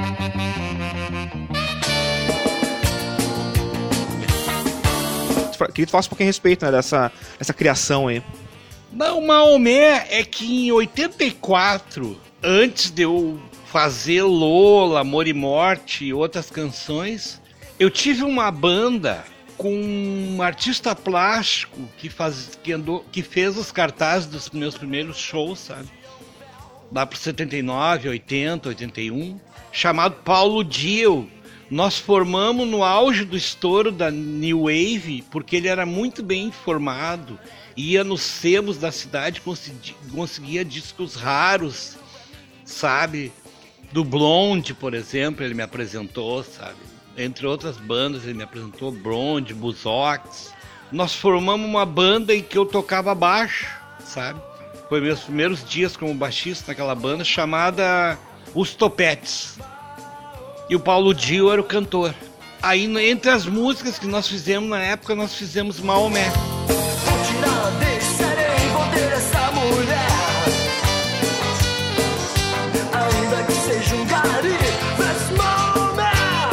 Queria que tu falasse um pouquinho a respeito, né, dessa criação aí. Não, Maomé é que em 84, antes de eu fazer Lola, Amor e Morte e outras canções, eu tive uma banda com um artista plástico que fez os cartazes dos meus primeiros shows, sabe? Lá pro 79, 80, 81, chamado Paulo Dio. Nós formamos no auge do estouro da New Wave, porque ele era muito bem informado, ia nos selos da cidade, conseguia discos raros, sabe? Do Blonde, por exemplo, ele me apresentou, sabe? Entre outras bandas, ele me apresentou Blonde, Buzzcocks. Nós formamos uma banda em que eu tocava baixo, sabe? Foi meus primeiros dias como baixista naquela banda, chamada Os Topetes. E o Paulo Dio era o cantor. Aí, entre as músicas que nós fizemos na época, nós fizemos Maomé. Vou tirar desse harém, vou ter essa mulher. Ainda que seja um gari, faz Maomé.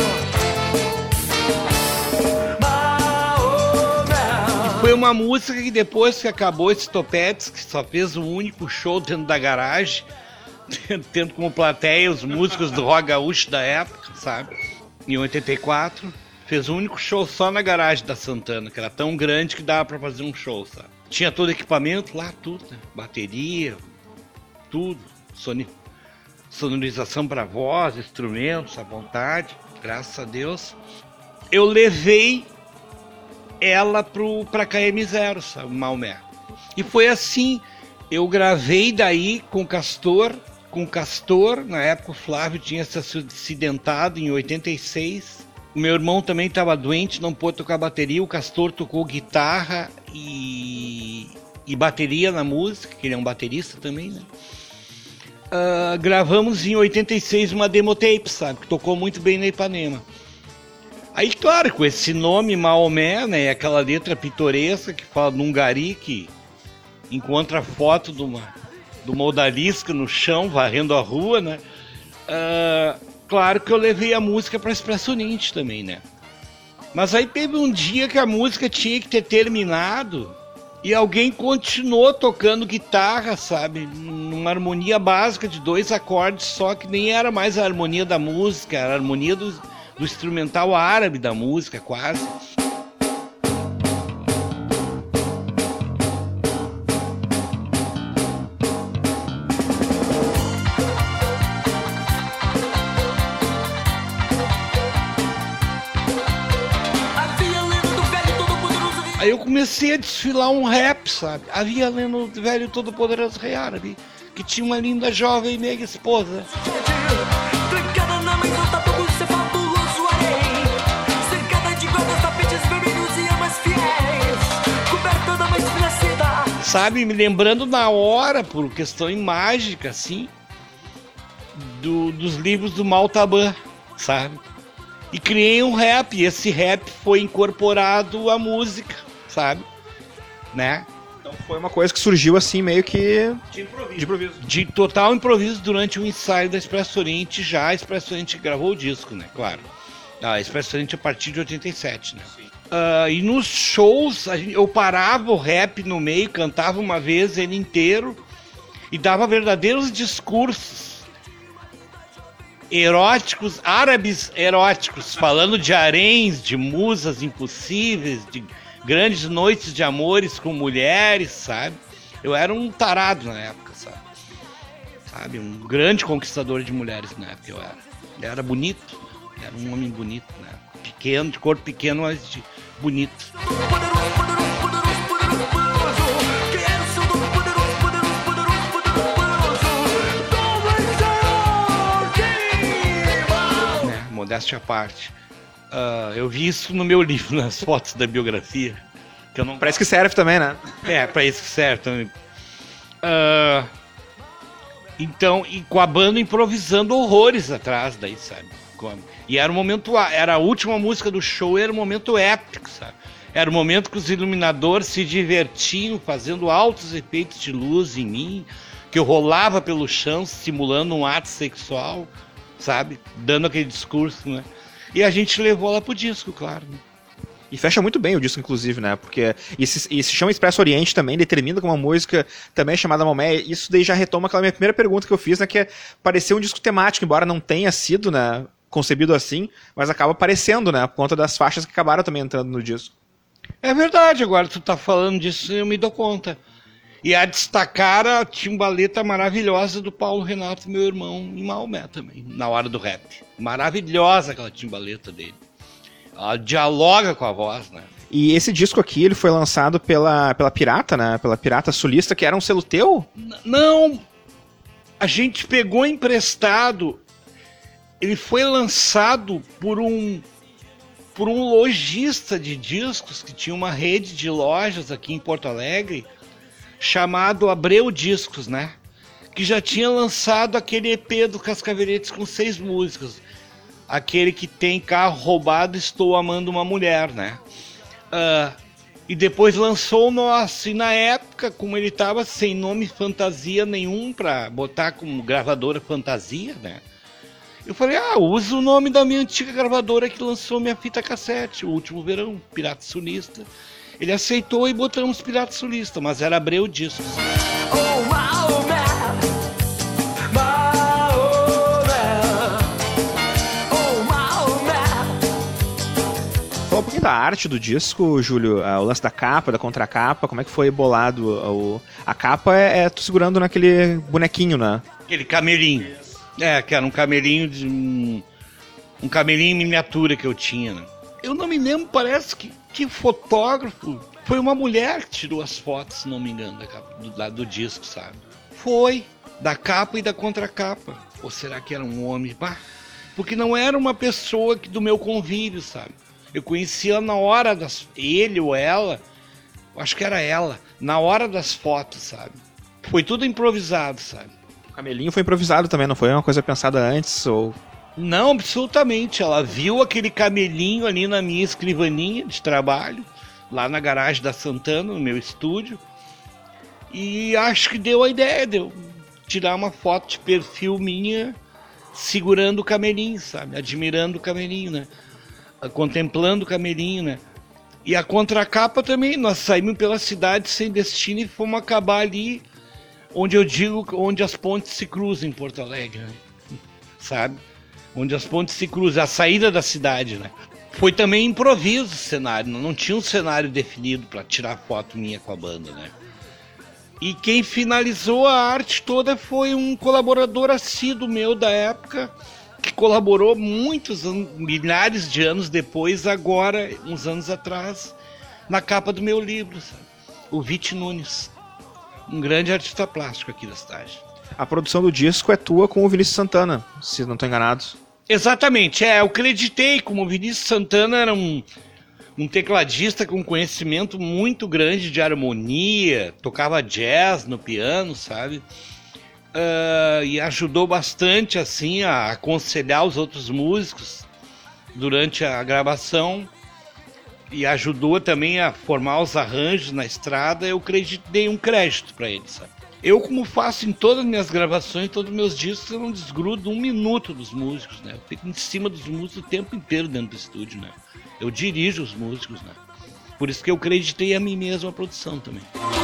Maomé. Foi uma música que depois que acabou esse Topetes, que só fez um único show dentro da garagem, tendo como plateia os músicos do rock gaúcho da época, sabe? Em 84, fez um único show só na garagem da Santana, que era tão grande que dava pra fazer um show, sabe? Tinha todo equipamento lá, tudo, né? Bateria, tudo, sonorização pra voz, instrumentos à vontade, graças a Deus. Eu levei ela pra KM0, sabe? Maomé. E foi assim, eu gravei daí com o Castor, na época o Flávio tinha se acidentado em 86. O meu irmão também estava doente, não pôde tocar bateria. O Castor tocou guitarra e bateria na música, que ele é um baterista também, né? Gravamos em 86 uma demo tape, sabe? Que tocou muito bem na Ipanema. Aí, claro, com esse nome Maomé, né? Aquela letra pitoresca que fala de um gari que encontra a foto de uma odalisca no chão, varrendo a rua, né? Claro que eu levei a música para Expresso Unite também, né? Mas aí teve um dia que a música tinha que ter terminado e alguém continuou tocando guitarra, sabe? Numa harmonia básica de 2 acordes só, que nem era mais a harmonia da música, era a harmonia do instrumental árabe da música, quase. Aí eu comecei a desfilar um rap, sabe? Havia lendo o velho todo-poderoso rei árabe, que tinha uma linda jovem e meiga esposa. Trancada na mansão, tá todo seu fabuloso harém. Cercada de guardas, tapetes vermelhos e amas fiéis. Coberta da mais fina seda. Sabe, me lembrando na hora, por questão mágica, assim, dos livros do Maltaban, sabe? E criei um rap, e esse rap foi incorporado à música, sabe? Né? Então foi uma coisa que surgiu assim, meio que de improviso. De total improviso durante o ensaio da Expresso Oriente. Já a Expresso Oriente gravou o disco, né? Claro. A Expresso Oriente a partir de 87, né? E nos shows, eu parava o rap no meio, cantava uma vez ele inteiro e dava verdadeiros discursos eróticos, árabes eróticos, falando de haréns, de musas impossíveis, de grandes noites de amores com mulheres, sabe? Eu era um tarado na época, sabe? Um grande conquistador de mulheres na época eu era. Eu era bonito, era um homem bonito, né? Pequeno, de corpo pequeno, mas bonito. Modéstia à parte. Eu vi isso no meu livro, nas fotos da biografia. Que eu não... Parece que serve também, né? Pra isso que serve também. Então, e com a banda improvisando horrores atrás daí, sabe? E era o momento, era a última música do show, era um momento épico, sabe? Era o momento que os iluminadores se divertiam fazendo altos efeitos de luz em mim, que eu rolava pelo chão simulando um ato sexual, sabe? Dando aquele discurso, né? E a gente levou ela pro disco, claro, né? E fecha muito bem o disco, inclusive, né? Porque e se chama Expresso Oriente também, ele termina com uma música também chamada Maomé. Isso daí já retoma aquela minha primeira pergunta que eu fiz, né? Que é parecer um disco temático, embora não tenha sido, né, concebido assim, mas acaba parecendo, né? Por conta das faixas que acabaram também entrando no disco. É verdade, agora tu tá falando disso eu me dou conta. E a destacar a timbaleta maravilhosa do Paulo Renato, meu irmão, em Maomé também, na hora do rap. Maravilhosa aquela timbaleta dele. Ela dialoga com a voz, né? E esse disco aqui, ele foi lançado pela Pirata, né? Pela Pirata Sulista, que era um selo teu? Não, a gente pegou emprestado. Ele foi lançado por um lojista de discos que tinha uma rede de lojas aqui em Porto Alegre, chamado Abreu Discos, né? Que já tinha lançado aquele EP do Cascaveletes com 6 músicas. Aquele que tem Carro Roubado, Estou Amando uma Mulher, né? E depois lançou o nosso. E na época, como ele tava sem nome fantasia nenhum pra botar como gravadora fantasia, né? Eu falei, usa o nome da minha antiga gravadora que lançou minha fita cassete, O Último Verão, Pirata Sulista. Ele aceitou e botamos Pirata Sulista, mas era Abreu Discos. Oh, Maomé, Maomé, oh, Maomé. Fala um pouquinho da arte do disco, Júlio, o lance da capa, da contracapa, como é que foi bolado? A capa é tu segurando naquele bonequinho, né? Aquele camelinho. Que era um camelinho de um camelinho em miniatura que eu tinha, né? Eu não me lembro, parece que fotógrafo foi uma mulher que tirou as fotos, se não me engano, da capa, do disco, sabe? Foi, da capa e da contracapa. Ou será que era um homem? Porque não era uma pessoa do meu convívio, sabe? Eu conhecia na hora ele ou ela, acho que era ela, na hora das fotos, sabe? Foi tudo improvisado, sabe? O camelinho foi improvisado também, não foi uma coisa pensada antes? Ou... Não, absolutamente. Ela viu aquele camelinho ali na minha escrivaninha de trabalho, lá na garagem da Santana, no meu estúdio, e acho que deu a ideia de eu tirar uma foto de perfil minha segurando o camelinho, sabe? Admirando o camelinho, né? Contemplando o camelinho, né? E a contracapa também, nós saímos pela cidade sem destino e fomos acabar ali onde eu digo, onde as pontes se cruzam em Porto Alegre, né? Sabe? Onde as pontes se cruzam, a saída da cidade, né? Foi também improviso o cenário, não tinha um cenário definido para tirar foto minha com a banda, né? E quem finalizou a arte toda foi um colaborador assíduo meu da época, que colaborou milhares de anos depois, agora, uns anos atrás, na capa do meu livro, sabe? O Vite Nunes, um grande artista plástico aqui da cidade. A produção do disco é tua com o Vinícius Santana, se não estou enganado. Exatamente, eu acreditei, como o Vinícius Santana era um tecladista com conhecimento muito grande de harmonia, tocava jazz no piano, sabe? E ajudou bastante, assim, a aconselhar os outros músicos durante a gravação e ajudou também a formar os arranjos na estrada. Eu dei um crédito para ele, sabe? Eu, como faço em todas as minhas gravações, todos os meus discos, eu não desgrudo um minuto dos músicos, né? Eu fico em cima dos músicos o tempo inteiro dentro do estúdio, né? Eu dirijo os músicos, né? Por isso que eu acreditei a mim mesmo a produção também.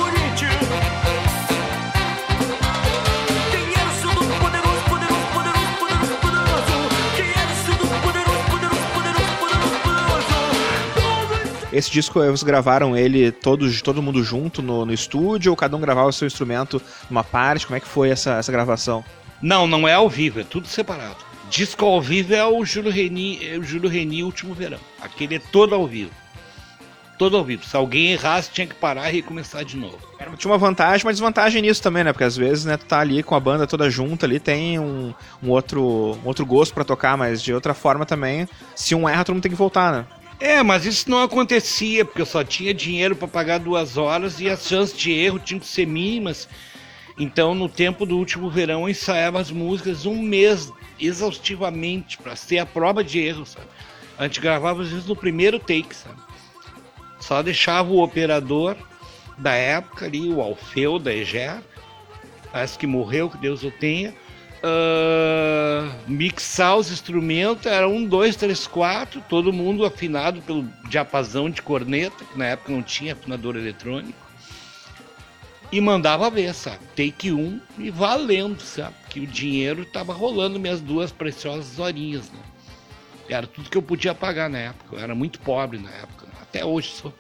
Esse disco, vocês gravaram ele todo mundo junto no estúdio, ou cada um gravava o seu instrumento numa parte? Como é que foi essa gravação? Não é ao vivo, é tudo separado. Disco ao vivo é o Júlio Reni Último Verão. Aquele é todo ao vivo. Todo ao vivo. Se alguém errasse, tinha que parar e recomeçar de novo. Tinha uma vantagem, mas desvantagem nisso também, né? Porque às vezes, né, tu tá ali com a banda toda junta ali, tem um outro gosto pra tocar, mas de outra forma também, se um erra, todo mundo tem que voltar, né? Mas isso não acontecia, porque eu só tinha dinheiro para pagar 2 horas e as chances de erro tinham que ser mínimas. Então, no tempo do Último Verão, eu ensaiava as músicas 1 mês, exaustivamente, para ser a prova de erro, sabe? A gente gravava às vezes no primeiro take, sabe? Só deixava o operador da época ali, o Alfeu da EGER, parece que morreu, que Deus o tenha, Mixar os instrumentos era 1, 2, 3, 4, todo mundo afinado pelo diapasão de corneta, que na época não tinha afinador eletrônico, e mandava ver, sabe? Take 1 e valendo, sabe? Que o dinheiro tava rolando minhas 2 preciosas horinhas, né? Era tudo que eu podia pagar na época, eu era muito pobre na época, até hoje sou.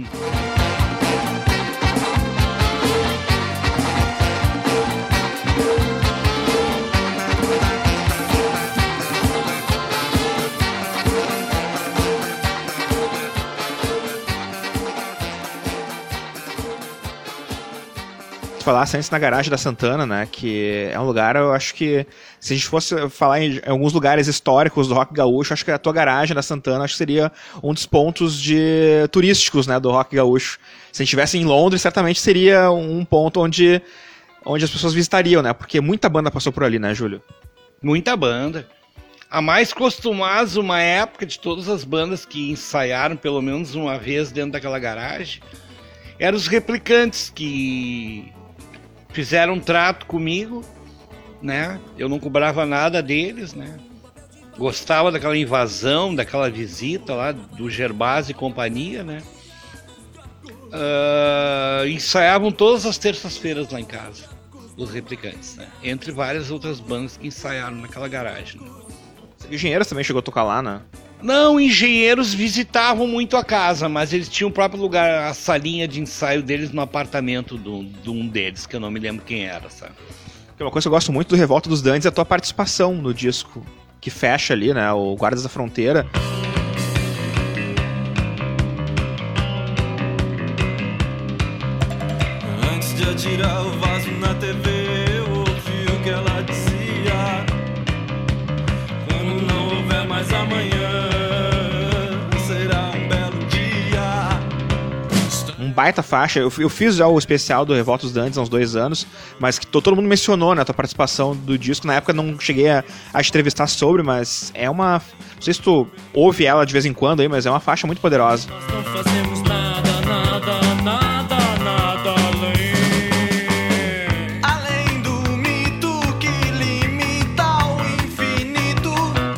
Falasse antes na garagem da Santana, né, que é um lugar, eu acho que se a gente fosse falar em alguns lugares históricos do rock gaúcho, acho que a tua garagem da Santana acho que seria um dos pontos turísticos, né, do rock gaúcho. Se a gente estivesse em Londres, certamente seria um ponto onde as pessoas visitariam, né, porque muita banda passou por ali, né, Júlio? Muita banda. A mais costumosa, uma época de todas as bandas que ensaiaram pelo menos uma vez dentro daquela garagem, eram os Replicantes, que fizeram um trato comigo, né? Eu não cobrava nada deles, né? Gostava daquela invasão, daquela visita lá do Gerbaz e companhia, né? Ensaiavam todas as terças-feiras lá em casa, os Replicantes, né? Entre várias outras bandas que ensaiaram naquela garagem, né? Engenheiros também chegou a tocar lá, né? Não, engenheiros visitavam muito a casa, mas eles tinham o próprio lugar, a salinha de ensaio deles no apartamento de um deles, que eu não me lembro quem era, sabe? Uma coisa que eu gosto muito do Revolta dos Dantes é a tua participação no disco, que fecha ali, né, o Guardas da Fronteira. Antes de atirar o vaso na TV, eu ouvi o que ela dizia: quando não houver mais amanhã, será um belo dia. Um baita faixa. Eu fiz já o especial do Revolta dos Dantes há uns 2 anos, mas que todo mundo mencionou, né, a tua participação do disco. Na época não cheguei a te entrevistar sobre, mas é uma... Não sei se tu ouve ela de vez em quando aí, mas é uma faixa muito poderosa. Nós não fazemos nada, nada, nada, nada além do mito que limita o infinito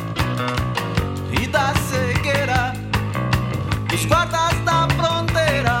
e da cegueira dos guardas da fronteira.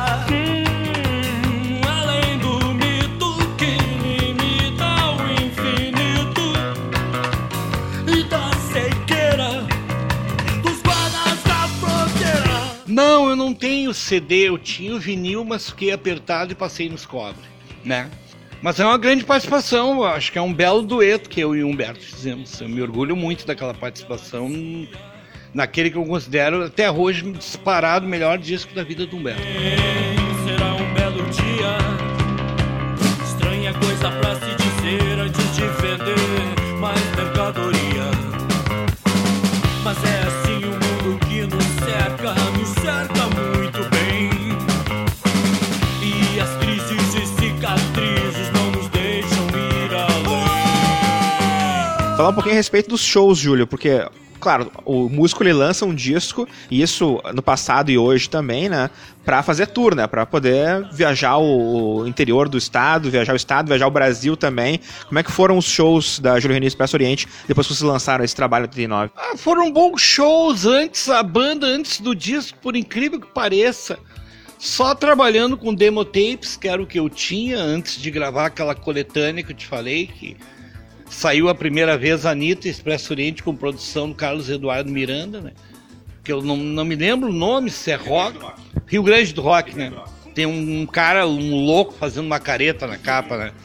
Além do mito que limita o infinito e da cegueira dos guardas da fronteira. Não, eu não tenho CD, eu tinha o vinil, mas fiquei apertado e passei nos cobre, né? Mas é uma grande participação, eu acho que é um belo dueto que eu e o Humberto fizemos. Eu me orgulho muito daquela participação naquele que eu considero até hoje disparado o melhor disco da vida do Humberto. Será um belo dia, estranha coisa pra se dizer antes de vender mais mercadoria. Mas é assim o mundo que nos cerca muito bem. E as crises e cicatrizes não nos deixam ir além. Falar um pouquinho a respeito dos shows, Júlio, porque... Claro, o músico ele lança um disco, e isso no passado e hoje também, né? Pra fazer tour, né? Pra poder viajar o interior do estado, viajar o Brasil também. Como é que foram os shows da Júlio Reni Expresso Oriente depois que vocês lançaram esse trabalho em 89? Foram bons shows antes, a banda antes do disco, por incrível que pareça. Só trabalhando com demo tapes, que era o que eu tinha antes de gravar aquela coletânea que eu te falei, que... Saiu a primeira vez a Anitta Expresso Oriente com produção do Carlos Eduardo Miranda, né? Que eu não me lembro o nome, se é rock. Rio Grande do Rock, né? Tem um cara, um louco fazendo uma careta na capa, né?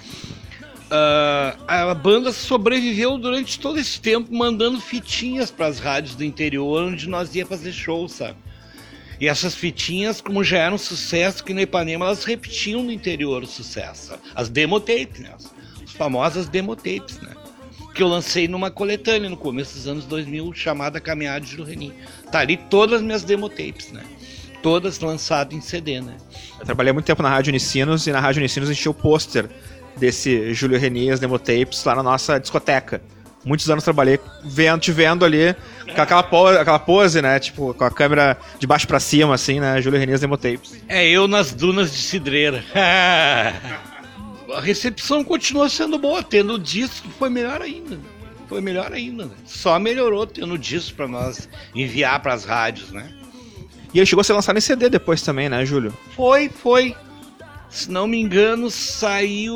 A banda sobreviveu durante todo esse tempo mandando fitinhas para as rádios do interior onde nós ia fazer show, sabe? E essas fitinhas, como já eram sucesso aqui no Ipanema, elas repetiam no interior o sucesso, sabe? As demo tapes, né? As famosas demo tapes, né? Que eu lancei numa coletânea no começo dos anos 2000, chamada Caminhada de Júlio Reni. Tá ali todas as minhas demo tapes, né? Todas lançadas em CD, né? Eu trabalhei há muito tempo na Rádio Unicinos, e na Rádio Unicinos a gente tinha o pôster desse Júlio Reni, as demo tapes, lá na nossa discoteca. Muitos anos trabalhei te vendo ali, com aquela pose, né? Tipo, com a câmera de baixo pra cima, assim, né? Júlio Reni, as demo tapes. É eu nas dunas de cidreira. A recepção continua sendo boa, tendo o disco foi melhor ainda. foi melhor ainda, né? Só melhorou tendo disco pra nós enviar pras rádios, né? E ele chegou a ser lançado em CD depois também, né, Júlio? Foi. Se não me engano, saiu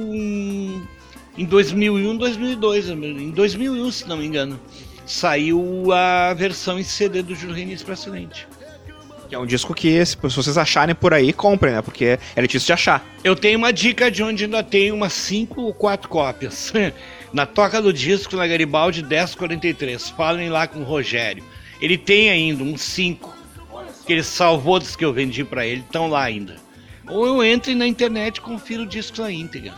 em 2001, 2002. Em 2001, se não me engano, saiu a versão em CD do Júlio Reni Expresso Oriente. Que é um disco que, se vocês acharem por aí, comprem, né? Porque é difícil de achar. Eu tenho uma dica de onde ainda tem umas 5 ou 4 cópias. Na Toca do Disco, na Garibaldi 1043. Falem lá com o Rogério. Ele tem ainda uns 5. Que ele salvou dos que eu vendi pra ele, estão lá ainda. Ou eu entro na internet e confiro o disco na íntegra.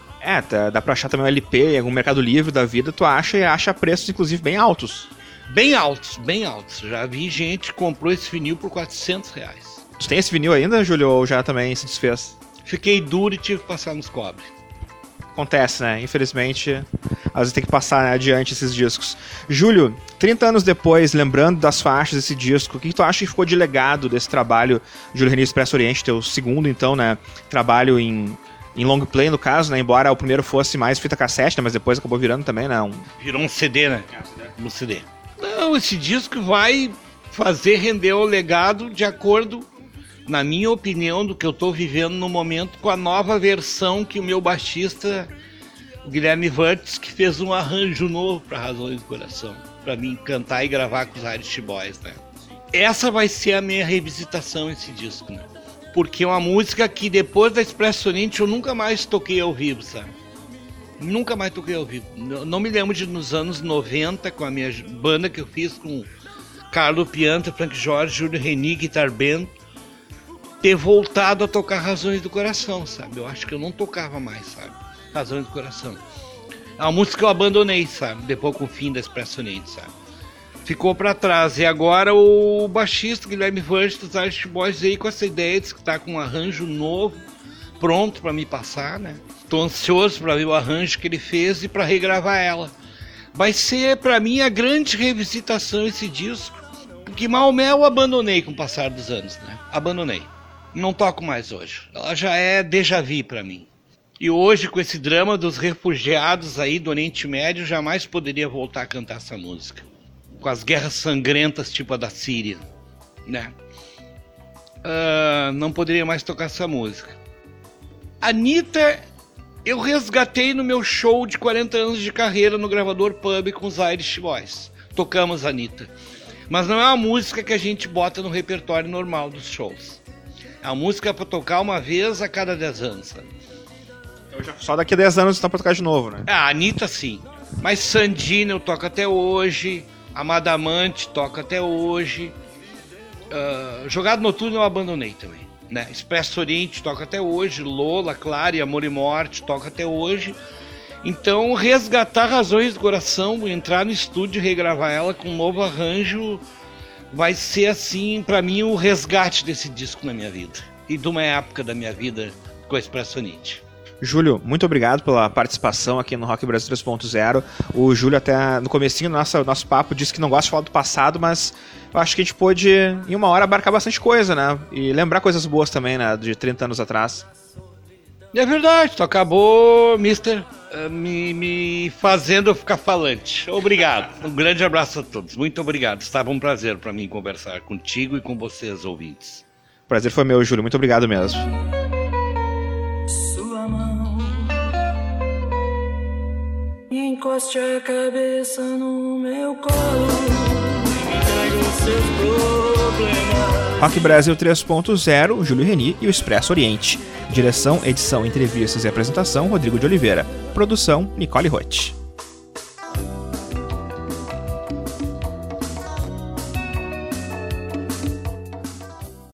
Dá pra achar também o LP em algum Mercado Livre da vida, tu acha e acha preços, inclusive, bem altos. Bem altos. Já vi gente que comprou esse vinil por R$400. Tu tem esse vinil ainda, Júlio, ou já também se desfez? Fiquei duro e tive que passar nos cobre. Acontece, né? Infelizmente, às vezes tem que passar, né, adiante esses discos. Júlio, 30 anos depois, lembrando das faixas desse disco, o que tu acha que ficou de legado desse trabalho, Júlio Reni Expresso Oriente, teu segundo, então, né, trabalho em long play, no caso, né, embora o primeiro fosse mais fita cassete, né, mas depois acabou virando também, né? Virou um CD, né? Um CD. Não, esse disco vai fazer render o legado de acordo, na minha opinião, do que eu tô vivendo no momento, com a nova versão que o meu baixista, o Guilherme Vertes, que fez um arranjo novo para Razões do Coração, para mim cantar e gravar com os Irish Boys, né? Essa vai ser a minha revisitação, esse disco, né? Porque é uma música que depois da Expresso Oriente eu nunca mais toquei ao vivo, sabe? Nunca mais toquei ao vivo. Não me lembro de nos anos 90, com a minha banda que eu fiz com Carlo Pianta, Frank Jorge, Júlio Reni, Guitar Band, ter voltado a tocar Razões do Coração, sabe? Eu acho que eu não tocava mais, sabe? Razões do Coração. É uma música que eu abandonei, sabe? Depois com o fim da Expresso Oriente, sabe? Ficou pra trás. E agora o baixista Guilherme Verges dos Irish Boys veio com essa ideia de que tá com um arranjo novo, pronto pra me passar, né? Tô ansioso pra ver o arranjo que ele fez e pra regravar ela. Vai ser pra mim a grande revisitação esse disco, porque Maomé eu abandonei com o passar dos anos, né? Abandonei. Não toco mais hoje. Ela já é déjà vu pra mim. E hoje, com esse drama dos refugiados aí do Oriente Médio, jamais poderia voltar a cantar essa música. Com as guerras sangrentas tipo a da Síria, né? Não poderia mais tocar essa música. Anitta, eu resgatei no meu show de 40 anos de carreira no Gravador Pub com os Irish Boys. Tocamos Anitta. Mas não é uma música que a gente bota no repertório normal dos shows. É uma música para tocar uma vez a cada 10 anos, sabe? Só daqui a 10 anos está para tocar de novo, né? A Anitta sim. Mas Sandina eu toco até hoje. Amada Amante toca até hoje. Jogado Noturno eu abandonei também, né? Expresso Oriente toca até hoje. Lola, Clara e Amor e Morte toca até hoje. Então resgatar Razões do Coração, entrar no estúdio e regravar ela com um novo arranjo, vai ser assim, pra mim, o resgate desse disco na minha vida. E de uma época da minha vida com a Expresso Oriente. Júlio, muito obrigado pela participação aqui no Rock Brasil 3.0. O Júlio até no comecinho do nosso papo disse que não gosta de falar do passado, mas eu acho que a gente pôde, em uma hora, abarcar bastante coisa, né? E lembrar coisas boas também, né? De 30 anos atrás. É verdade, tu acabou, mister, me fazendo eu ficar falante. Obrigado. Um grande abraço a todos. Muito obrigado. Estava um prazer para mim conversar contigo e com vocês, ouvintes. O prazer foi meu, Júlio. Muito obrigado mesmo. Sua mão encoste a cabeça no meu colo, entregue os seus problemas. Rock Brasil 3.0, Júlio Reni e o Expresso Oriente. Direção, edição, entrevistas e apresentação, Rodrigo de Oliveira. Produção, Nicole Roth.